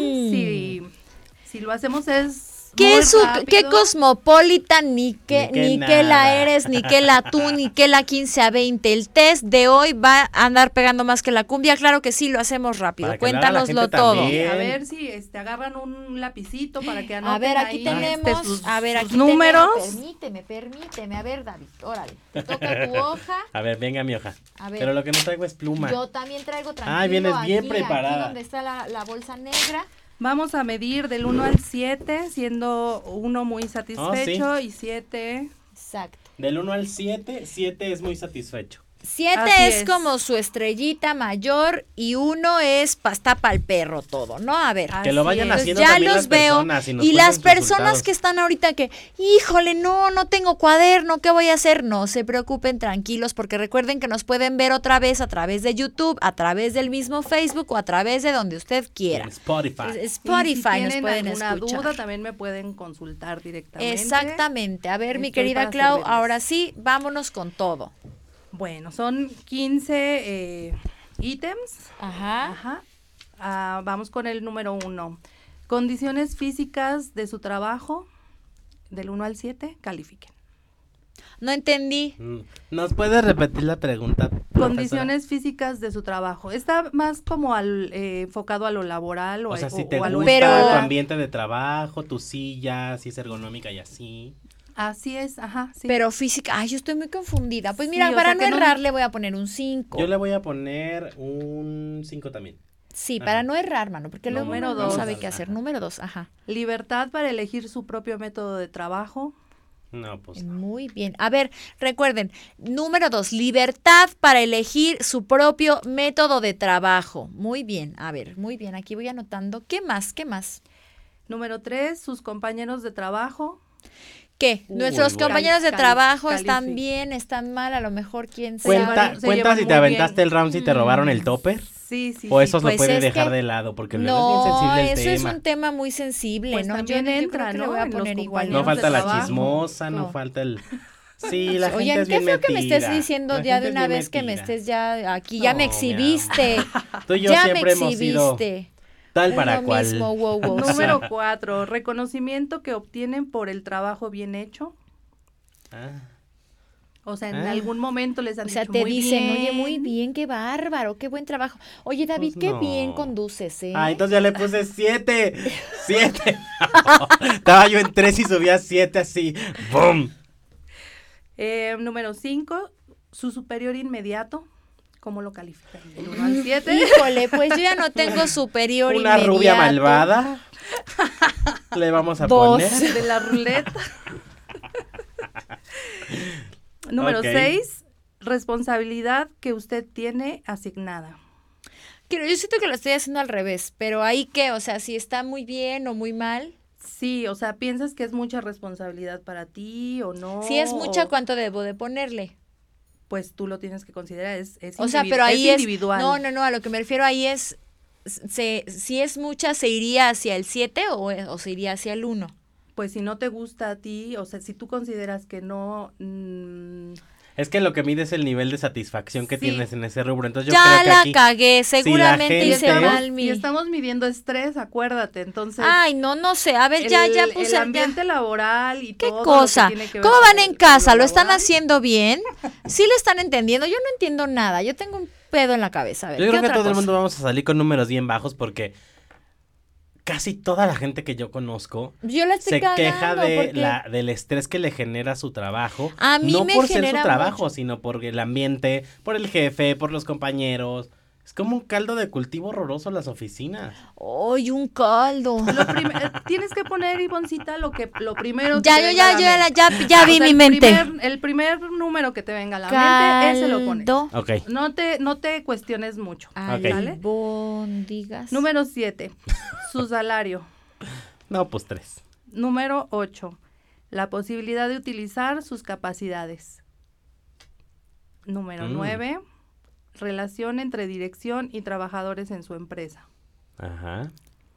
S8: si lo hacemos? Es
S2: ¿Qué cosmopolitan, ni que la eres, ni que la tú, ni que la 15 a 20? El test de hoy va a andar pegando más que la cumbia. Claro que sí, lo hacemos rápido. Cuéntanoslo todo.
S8: También. A ver si agarran un lapicito para que anoten.
S2: A ver, aquí tenemos
S8: sus números.
S2: Permíteme. A ver, David, órale. Te toca tu hoja.
S5: A ver, venga mi hoja. A ver. Pero lo que no traigo es pluma.
S2: Yo también traigo, tranquilo.
S5: Ay, vienes bien preparada.
S2: Aquí donde está la bolsa negra.
S8: Vamos a medir del 1 al 7, siendo 1 muy satisfecho y 7...
S2: Exacto.
S5: Del 1 al 7, 7 es muy satisfecho.
S2: 7 es como su estrellita mayor y 1 es pasta para el perro todo, ¿no? A ver.
S5: Que lo vayan haciendo
S2: ya
S5: también
S2: los veo. Y las personas que están ahorita que, híjole, no tengo cuaderno, ¿qué voy a hacer? No se preocupen, tranquilos, porque recuerden que nos pueden ver otra vez a través de YouTube, a través del mismo Facebook o a través de donde usted quiera.
S5: En Spotify.
S2: Spotify
S8: y si tienen
S2: nos pueden
S8: alguna
S2: escuchar.
S8: Duda, también me pueden consultar directamente.
S2: Exactamente. A ver, mi querida Clau, ahora sí, vámonos con todo.
S8: Bueno, son 15 ítems.
S2: Ajá.
S8: Vamos con el número 1. Condiciones físicas de su trabajo, del 1 al 7, califiquen.
S2: No entendí.
S5: ¿Nos puedes repetir la pregunta,
S8: Condiciones físicas de su trabajo. Está más como enfocado a lo laboral o
S5: sea, si te
S8: a lo
S5: gusta tu ambiente de trabajo, tu silla, si es ergonómica y así.
S8: Así es, ajá, sí.
S2: Pero física, ay, yo estoy muy confundida. Pues mira, para no errar le voy a poner un 5.
S5: Yo le voy a poner un 5 también.
S2: Sí, para no errar, mano, porque luego
S8: número
S2: no sabe qué hacer. Número 2, ajá.
S8: Libertad para elegir su propio método de trabajo.
S5: No, pues no.
S2: Muy bien. A ver, recuerden, número 2, libertad para elegir su propio método de trabajo. Muy bien, a ver, muy bien, aquí voy anotando. ¿Qué más?
S8: Número 3, sus compañeros de trabajo.
S2: ¿Qué? ¿Nuestros compañeros de trabajo están bien, están mal? A lo mejor, quién sabe.
S5: ¿Cuenta si te aventaste el round si te robaron el topper?
S8: Sí.
S5: O esos lo pueden dejar de lado, porque luego es bien sensible el tema.
S2: No, eso es un tema muy sensible,
S8: pues
S2: ¿no?
S8: También entra,
S2: ¿no? Le voy a poner igual.
S5: No falta la chismosa, no falta el... Sí, la gente es bien metida.
S2: Oye, qué feo que me estés diciendo ya de una vez que me estés ya aquí, ya me exhibiste.
S5: Tú y yo siempre hemos sido... Tal para cual.
S2: Wow.
S8: Número 4, reconocimiento que obtienen por el trabajo bien hecho. O sea, en algún momento les han dicho muy bien. O sea, te dicen,
S2: oye, muy bien, qué bárbaro, qué buen trabajo. Oye, David, pues qué bien conduces, ¿eh?
S5: Entonces ya le puse 7. 7. Estaba yo en 3 y subía 7 así. ¡Bum!
S8: Número 5, su superior inmediato. ¿Cómo lo califican? ¿Del 1 al 7?
S2: Híjole, pues yo ya no tengo superior inmediato.
S5: Una rubia malvada. Le vamos a
S2: 2.
S5: poner.
S8: De la ruleta. Número 6, responsabilidad que usted tiene asignada.
S2: Yo siento que lo estoy haciendo al revés, pero ahí qué, o sea, si está muy bien o muy mal.
S8: Sí, o sea, ¿piensas que es mucha responsabilidad para ti o no?
S2: Si es mucha, ¿cuánto debo de ponerle?
S8: Pues tú lo tienes que considerar, es
S2: o sea, pero ahí es
S8: individual.
S2: No, a lo que me refiero ahí es, si es mucha, ¿se iría hacia el 7 o se iría hacia el 1?
S8: Pues si no te gusta a ti, o sea, si tú consideras que no...
S5: Es que lo que mide es el nivel de satisfacción que tienes en ese rubro. Entonces yo
S2: ya
S5: creo que aquí,
S2: cagué, seguramente hice mal
S8: y estamos midiendo estrés, acuérdate, entonces...
S2: Ay, no sé, a ver, ya puse...
S8: El ambiente laboral y
S2: ¿qué
S8: todo
S2: cosa?
S8: lo que tiene que ver
S2: ¿Cómo van en casa? ¿Lo
S8: laboral?
S2: están haciendo bien? ¿Sí lo están entendiendo? Yo no entiendo nada, yo tengo un pedo en la cabeza. A ver,
S5: yo creo que todo el mundo vamos a salir con números bien bajos porque... Casi toda la gente que yo conozco se queja del estrés que le genera su trabajo.
S2: A mí
S5: no
S2: me
S5: por ser su
S2: genera
S5: trabajo,
S2: mucho.
S5: sino por el ambiente, por el jefe, por los compañeros.
S9: Es como un caldo de cultivo horroroso las oficinas.
S2: ¡Ay, un caldo!
S8: Tienes que poner, Ivoncita, lo primero
S2: ya,
S8: que
S2: ya vi mi mente.
S8: El primer número que te venga a la mente, ese lo pones.
S9: Okay.
S8: No te cuestiones mucho.
S2: Albóndigas.
S8: Número 7, su salario.
S9: No, pues 3.
S8: Número 8, la posibilidad de utilizar sus capacidades. Número 9, relación entre dirección y trabajadores en su empresa.
S9: Ajá.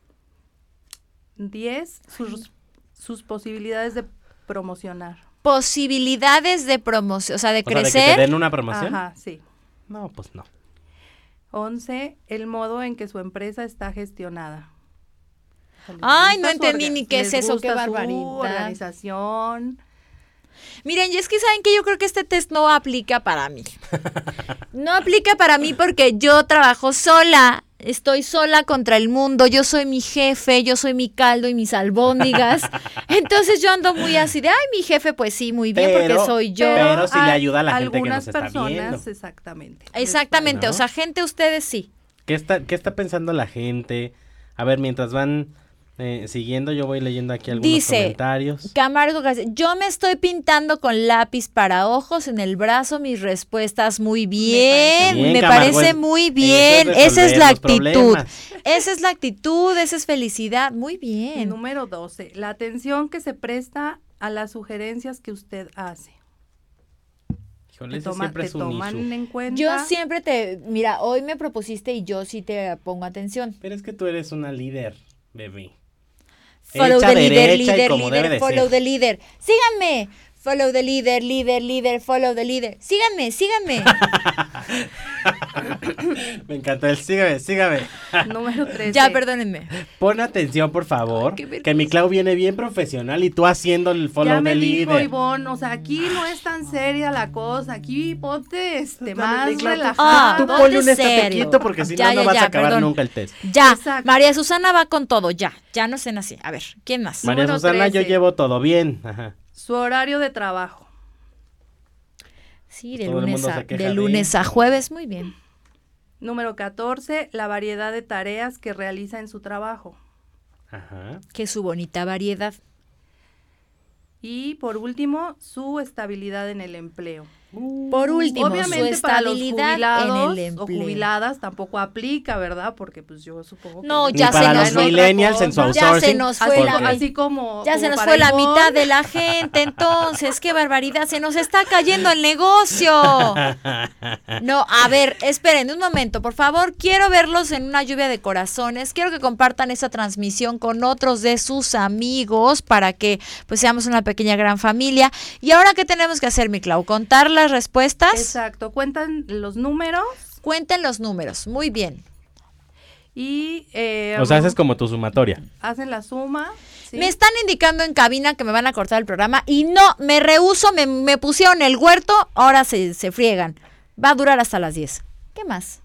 S8: 10, sus posibilidades de promocionar.
S2: Posibilidades de promoción, o sea, de crecer.
S9: ¿De que te den una promoción?
S8: Ajá, sí.
S9: No, pues no.
S8: 11, el modo en que su empresa está gestionada.
S2: Ay, no entendí ni qué es eso, qué barbaridad.
S8: Su organización.
S2: Miren, y es que saben que yo creo que este test no aplica para mí. No aplica para mí porque yo trabajo sola, estoy sola contra el mundo, yo soy mi jefe, yo soy mi caldo y mis albóndigas. Entonces yo ando muy así de, ay, mi jefe, pues sí, muy bien, porque soy yo.
S9: Pero si le ayuda a la gente que nos está
S8: personas,
S9: viendo.
S2: Exactamente,
S9: ¿no?
S2: O sea, gente, ustedes sí.
S9: ¿Qué está pensando la gente? A ver, mientras van siguiendo, yo voy leyendo aquí algunos comentarios.
S2: Camargo García, yo me estoy pintando con lápiz para ojos en el brazo, mis respuestas muy bien, me parece muy bien, esa es la actitud, esa es felicidad, muy bien.
S8: Número 12, la atención que se presta a las sugerencias que usted hace.
S9: Híjole, ese siempre es un
S8: toman en cuenta.
S2: Yo siempre mira, hoy me propusiste y yo sí te pongo atención.
S9: Pero es que tú eres una líder, bebé.
S2: Follow the leader,
S9: follow
S2: the leader. Síganme. Follow the leader, follow the leader. Síganme.
S9: Me encantó el sígame.
S8: Número 13.
S2: Ya, perdónenme.
S9: Pon atención, por favor, que mi Clau viene bien profesional y tú haciendo el follow the leader.
S8: Ya me dijo Ivonne, o sea, aquí no es tan seria la cosa, aquí ponte más
S9: Tú
S8: relajado.
S9: ponle un taquito porque si no vas a acabar nunca el test.
S2: Ya, exacto. María Susana va con todo, ya no sean así. A ver, ¿quién más?
S9: María Susana, yo llevo todo bien. Ajá.
S8: Su horario de trabajo.
S2: Sí, de lunes a jueves, muy bien.
S8: Número 14, la variedad de tareas que realiza en su trabajo.
S9: Ajá.
S2: Que su bonita variedad.
S8: Y por último, su estabilidad en el empleo.
S2: Por último,
S8: obviamente
S2: su
S8: para los
S2: jubilados
S8: o jubiladas tampoco aplica, ¿verdad? Porque pues yo supongo que
S2: no, ya
S9: para los millennials en su outsourcing.
S2: Ya se nos fue la mitad de la gente, entonces, qué barbaridad, se nos está cayendo el negocio. No, a ver, esperen un momento, por favor, quiero verlos en una lluvia de corazones, quiero que compartan esa transmisión con otros de sus amigos para que pues seamos una pequeña gran familia. Y ahora, ¿qué tenemos que hacer, mi Clau? ¿Contar las respuestas?
S8: Exacto, cuentan los números.
S2: Cuenten los números, muy bien.
S8: Y
S9: o sea, haces como tu sumatoria.
S8: Hacen la suma. ¿sí?
S2: Me están indicando en cabina que me van a cortar el programa y no, me rehúso, me pusieron el huerto, ahora se friegan. Va a durar hasta las 10. ¿Qué más?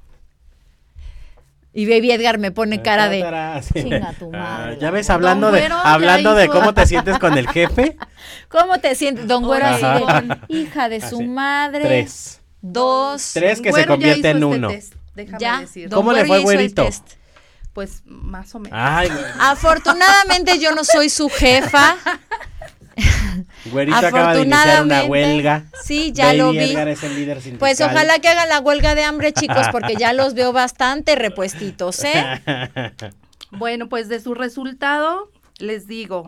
S2: Y Baby Edgar me pone cara de chinga tu madre.
S9: Ya ves, hablando de cómo te sientes con el jefe.
S2: ¿Cómo te sientes? Don Güero así de hija de su madre.
S9: 3.
S2: 2.
S9: 3 que se convierte en 1.
S8: Déjame decir.
S9: ¿Cómo le fue, Güerito?
S8: Pues más o menos.
S9: Ay,
S2: afortunadamente yo no soy su jefa.
S9: Güerito acaba de iniciar una huelga.
S2: Sí, ya lo vi.
S9: Es el líder sindical.
S2: Pues ojalá que hagan la huelga de hambre, chicos, porque ya los veo bastante repuestitos, ¿eh?
S8: Bueno, pues de su resultado les digo,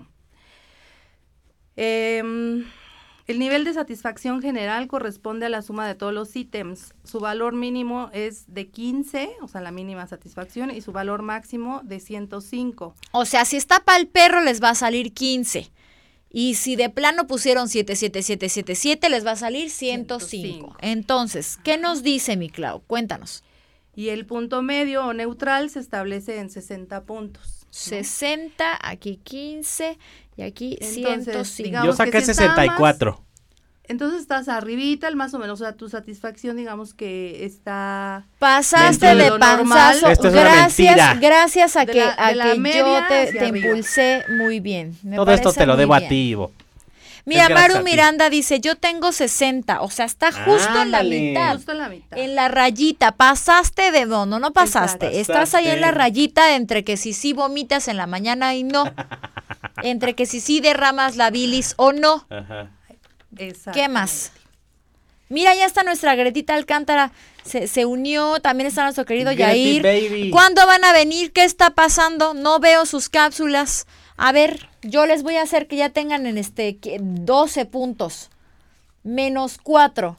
S8: el nivel de satisfacción general corresponde a la suma de todos los ítems. Su valor mínimo es de 15, o sea, la mínima satisfacción, y su valor máximo de 105.
S2: O sea, si está para el perro les va a salir 15. Y si de plano pusieron 77777, les va a salir 105. Entonces, ¿qué nos dice mi Clau? Cuéntanos.
S8: Y el punto medio o neutral se establece en 60 puntos. ¿no?
S2: 60, aquí 15 y aquí entonces, 105.
S9: Yo saqué 64.
S8: Entonces estás arribita, más o menos, o sea, tu satisfacción, digamos que está...
S2: Pasaste de panzazo.
S9: Esto es
S2: gracias a que yo te impulsé muy bien.
S9: Todo esto te lo debo a ti, Ivo.
S2: Mira, Maru Miranda dice, yo tengo 60, o sea, está justo en la mitad.
S8: Justo en la mitad.
S2: En la rayita, pasaste de no pasaste.
S9: Exacto.
S2: Estás ahí en la rayita entre que si vomitas en la mañana y no. Entre que si derramas la bilis o no.
S9: Ajá.
S2: ¿Qué más? Mira, ya está nuestra Gretita Alcántara, se unió, también está nuestro querido Yair.
S9: Baby.
S2: ¿Cuándo van a venir? ¿Qué está pasando? No veo sus cápsulas. A ver, yo les voy a hacer que ya tengan en 12 puntos, menos 4.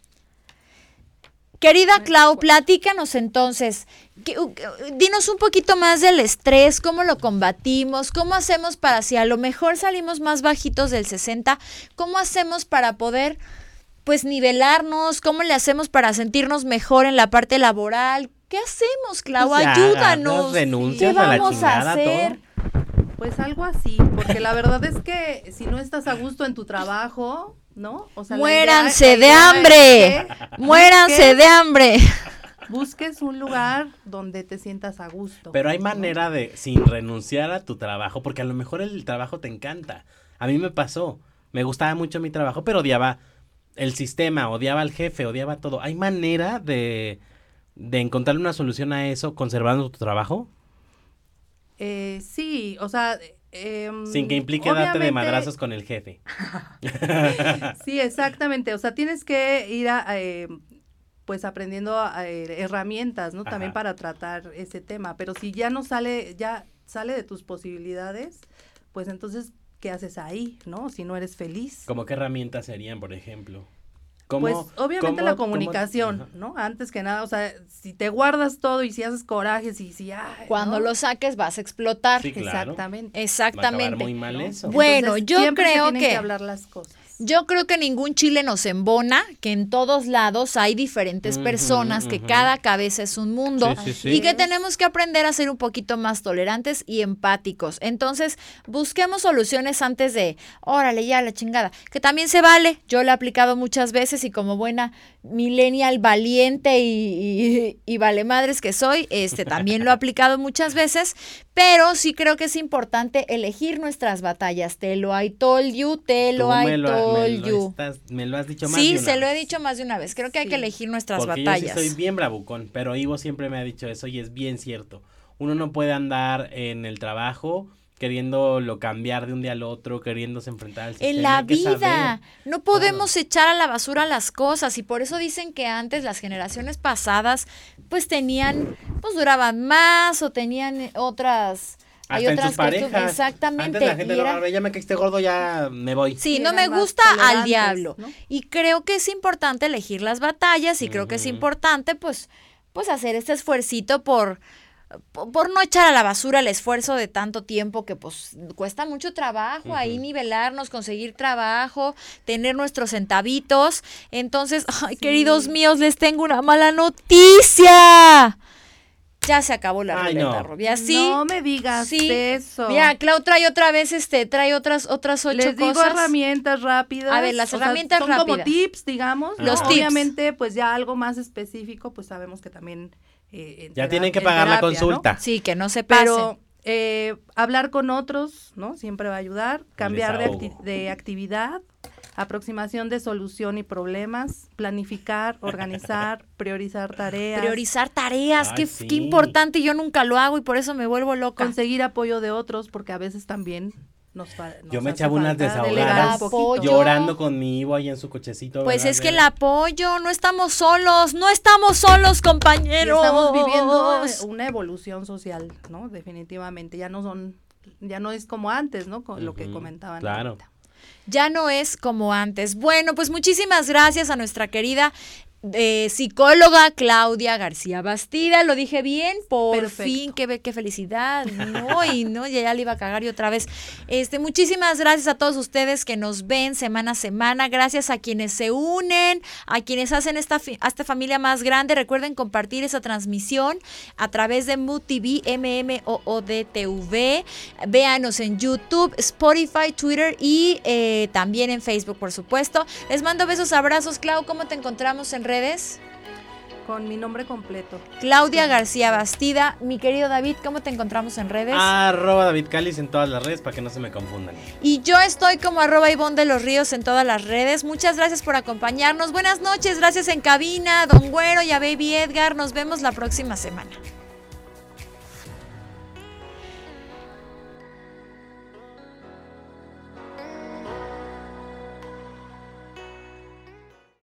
S2: Querida Clau, platícanos entonces, dinos un poquito más del estrés, cómo lo combatimos, cómo hacemos para, si a lo mejor salimos más bajitos del 60, cómo hacemos para poder pues nivelarnos, cómo le hacemos para sentirnos mejor en la parte laboral. ¿Qué hacemos, Clau?
S9: Pues ya,
S2: ayúdanos.
S9: renuncias
S2: ¿Qué
S9: a la
S2: vamos
S9: chingada,
S2: a hacer?
S8: Pues algo así, porque la verdad es que si no estás a gusto en tu trabajo, ¿no? O sea,
S2: muéranse de hambre. Muéranse de hambre.
S8: Busques un lugar donde te sientas a gusto.
S9: Pero hay manera de, sin renunciar a tu trabajo, porque a lo mejor el trabajo te encanta. A mí me pasó, me gustaba mucho mi trabajo, pero odiaba el sistema, odiaba al jefe, odiaba todo. ¿Hay manera de encontrar una solución a eso conservando tu trabajo?
S8: Sí, o sea...
S9: sin que implique darte de madrazos con el jefe.
S8: Sí, exactamente. O sea, tienes que ir pues aprendiendo herramientas, ¿no?
S9: Ajá.
S8: También para tratar ese tema. Pero si ya sale de tus posibilidades, pues entonces, ¿qué haces ahí, no? Si no eres feliz.
S9: ¿Cómo qué herramientas serían, por ejemplo?
S8: Pues obviamente la comunicación, ¿no? Antes que nada, o sea, si te guardas todo y si haces corajes y si...
S2: Cuando lo saques vas a explotar.
S9: Sí, claro.
S8: Exactamente.
S2: Exactamente.
S9: Va a acabar muy mal eso.
S2: Bueno,
S8: Entonces,
S2: yo
S8: siempre
S2: creo
S8: se tienen
S2: que
S8: que hablar las cosas.
S2: Yo creo que ningún chile nos embona, que en todos lados hay diferentes personas, que cada cabeza es un mundo y que tenemos que aprender a ser un poquito más tolerantes y empáticos. Entonces, busquemos soluciones antes de, órale, ya la chingada, que también se vale. Yo lo he aplicado muchas veces y como buena millennial valiente y vale madres que soy, también lo he aplicado muchas veces, pero sí creo que es importante elegir nuestras batallas. Te lo I told you,
S9: me lo has dicho más de una vez.
S2: Sí, se lo he dicho más de una vez. Creo que hay que elegir nuestras batallas.
S9: Yo sí soy bien bravucón, pero Ivo siempre me ha dicho eso y es bien cierto. Uno no puede andar en el trabajo queriéndolo cambiar de un día al otro, queriéndose enfrentar al sistema.
S2: En la vida, no podemos echar a la basura las cosas y por eso dicen que antes las generaciones pasadas pues duraban más o tenían otras...
S9: Hasta en sus parejas.
S2: Exactamente.
S9: Antes la gente ya me caíste gordo, ya me voy.
S2: Sí, no me gusta al diablo, ¿no? Y creo que es importante elegir las batallas y creo que es importante pues hacer este esfuercito por no echar a la basura el esfuerzo de tanto tiempo que pues cuesta mucho trabajo ahí nivelarnos, conseguir trabajo, tener nuestros centavitos. Entonces, queridos míos, les tengo una mala noticia. Ya se acabó la ruleta, Rubia. ¿Sí?
S8: No me digas eso.
S2: Mira, Clau trae otra vez, trae otras 8 cosas.
S8: Les digo herramientas rápidas.
S2: A ver, las herramientas rápidas.
S8: Son como tips, digamos.
S2: Los tips.
S8: Obviamente, pues ya algo más específico, pues sabemos que también...
S9: ya tienen que pagar la consulta.
S2: ¿no? Sí, que no se pasen.
S8: Pero hablar con otros, ¿no? Siempre va a ayudar. Cambiar de actividad. Aproximación de solución y problemas, planificar, organizar, priorizar tareas.
S2: Priorizar tareas, qué importante, yo nunca lo hago y por eso me vuelvo loca.
S8: Conseguir apoyo de otros, porque a veces también
S9: yo me echaba unas desahogadas llorando con mi Ivo ahí en su cochecito.
S2: Pues es que el apoyo, no estamos solos, compañeros.
S8: Y estamos viviendo una evolución social, ¿no? Definitivamente, ya no es como antes, ¿no? Con lo que comentaban.
S9: Claro.
S8: Ahorita.
S2: Ya no es como antes. Bueno, pues muchísimas gracias a nuestra querida psicóloga Claudia García Bastida, lo dije bien, por fin, qué felicidad, ya le iba a cagar y otra vez. Muchísimas gracias a todos ustedes que nos ven semana a semana, gracias a quienes se unen, a quienes hacen esta familia más grande. Recuerden compartir esa transmisión a través de Mood TV, MMOODTV, véanos en YouTube, Spotify, Twitter y también en Facebook, por supuesto. Les mando besos, abrazos. Clau, ¿cómo te encontramos en redes?
S8: con mi nombre completo.
S2: Claudia García Bastida. Mi querido David, ¿cómo te encontramos en redes?
S9: @David Cáliz en todas las redes para que no se me confundan.
S2: Y yo estoy como @Ivonne de los Ríos en todas las redes. Muchas gracias por acompañarnos. Buenas noches, gracias en cabina, Don Güero y a Baby Edgar. Nos vemos la próxima semana.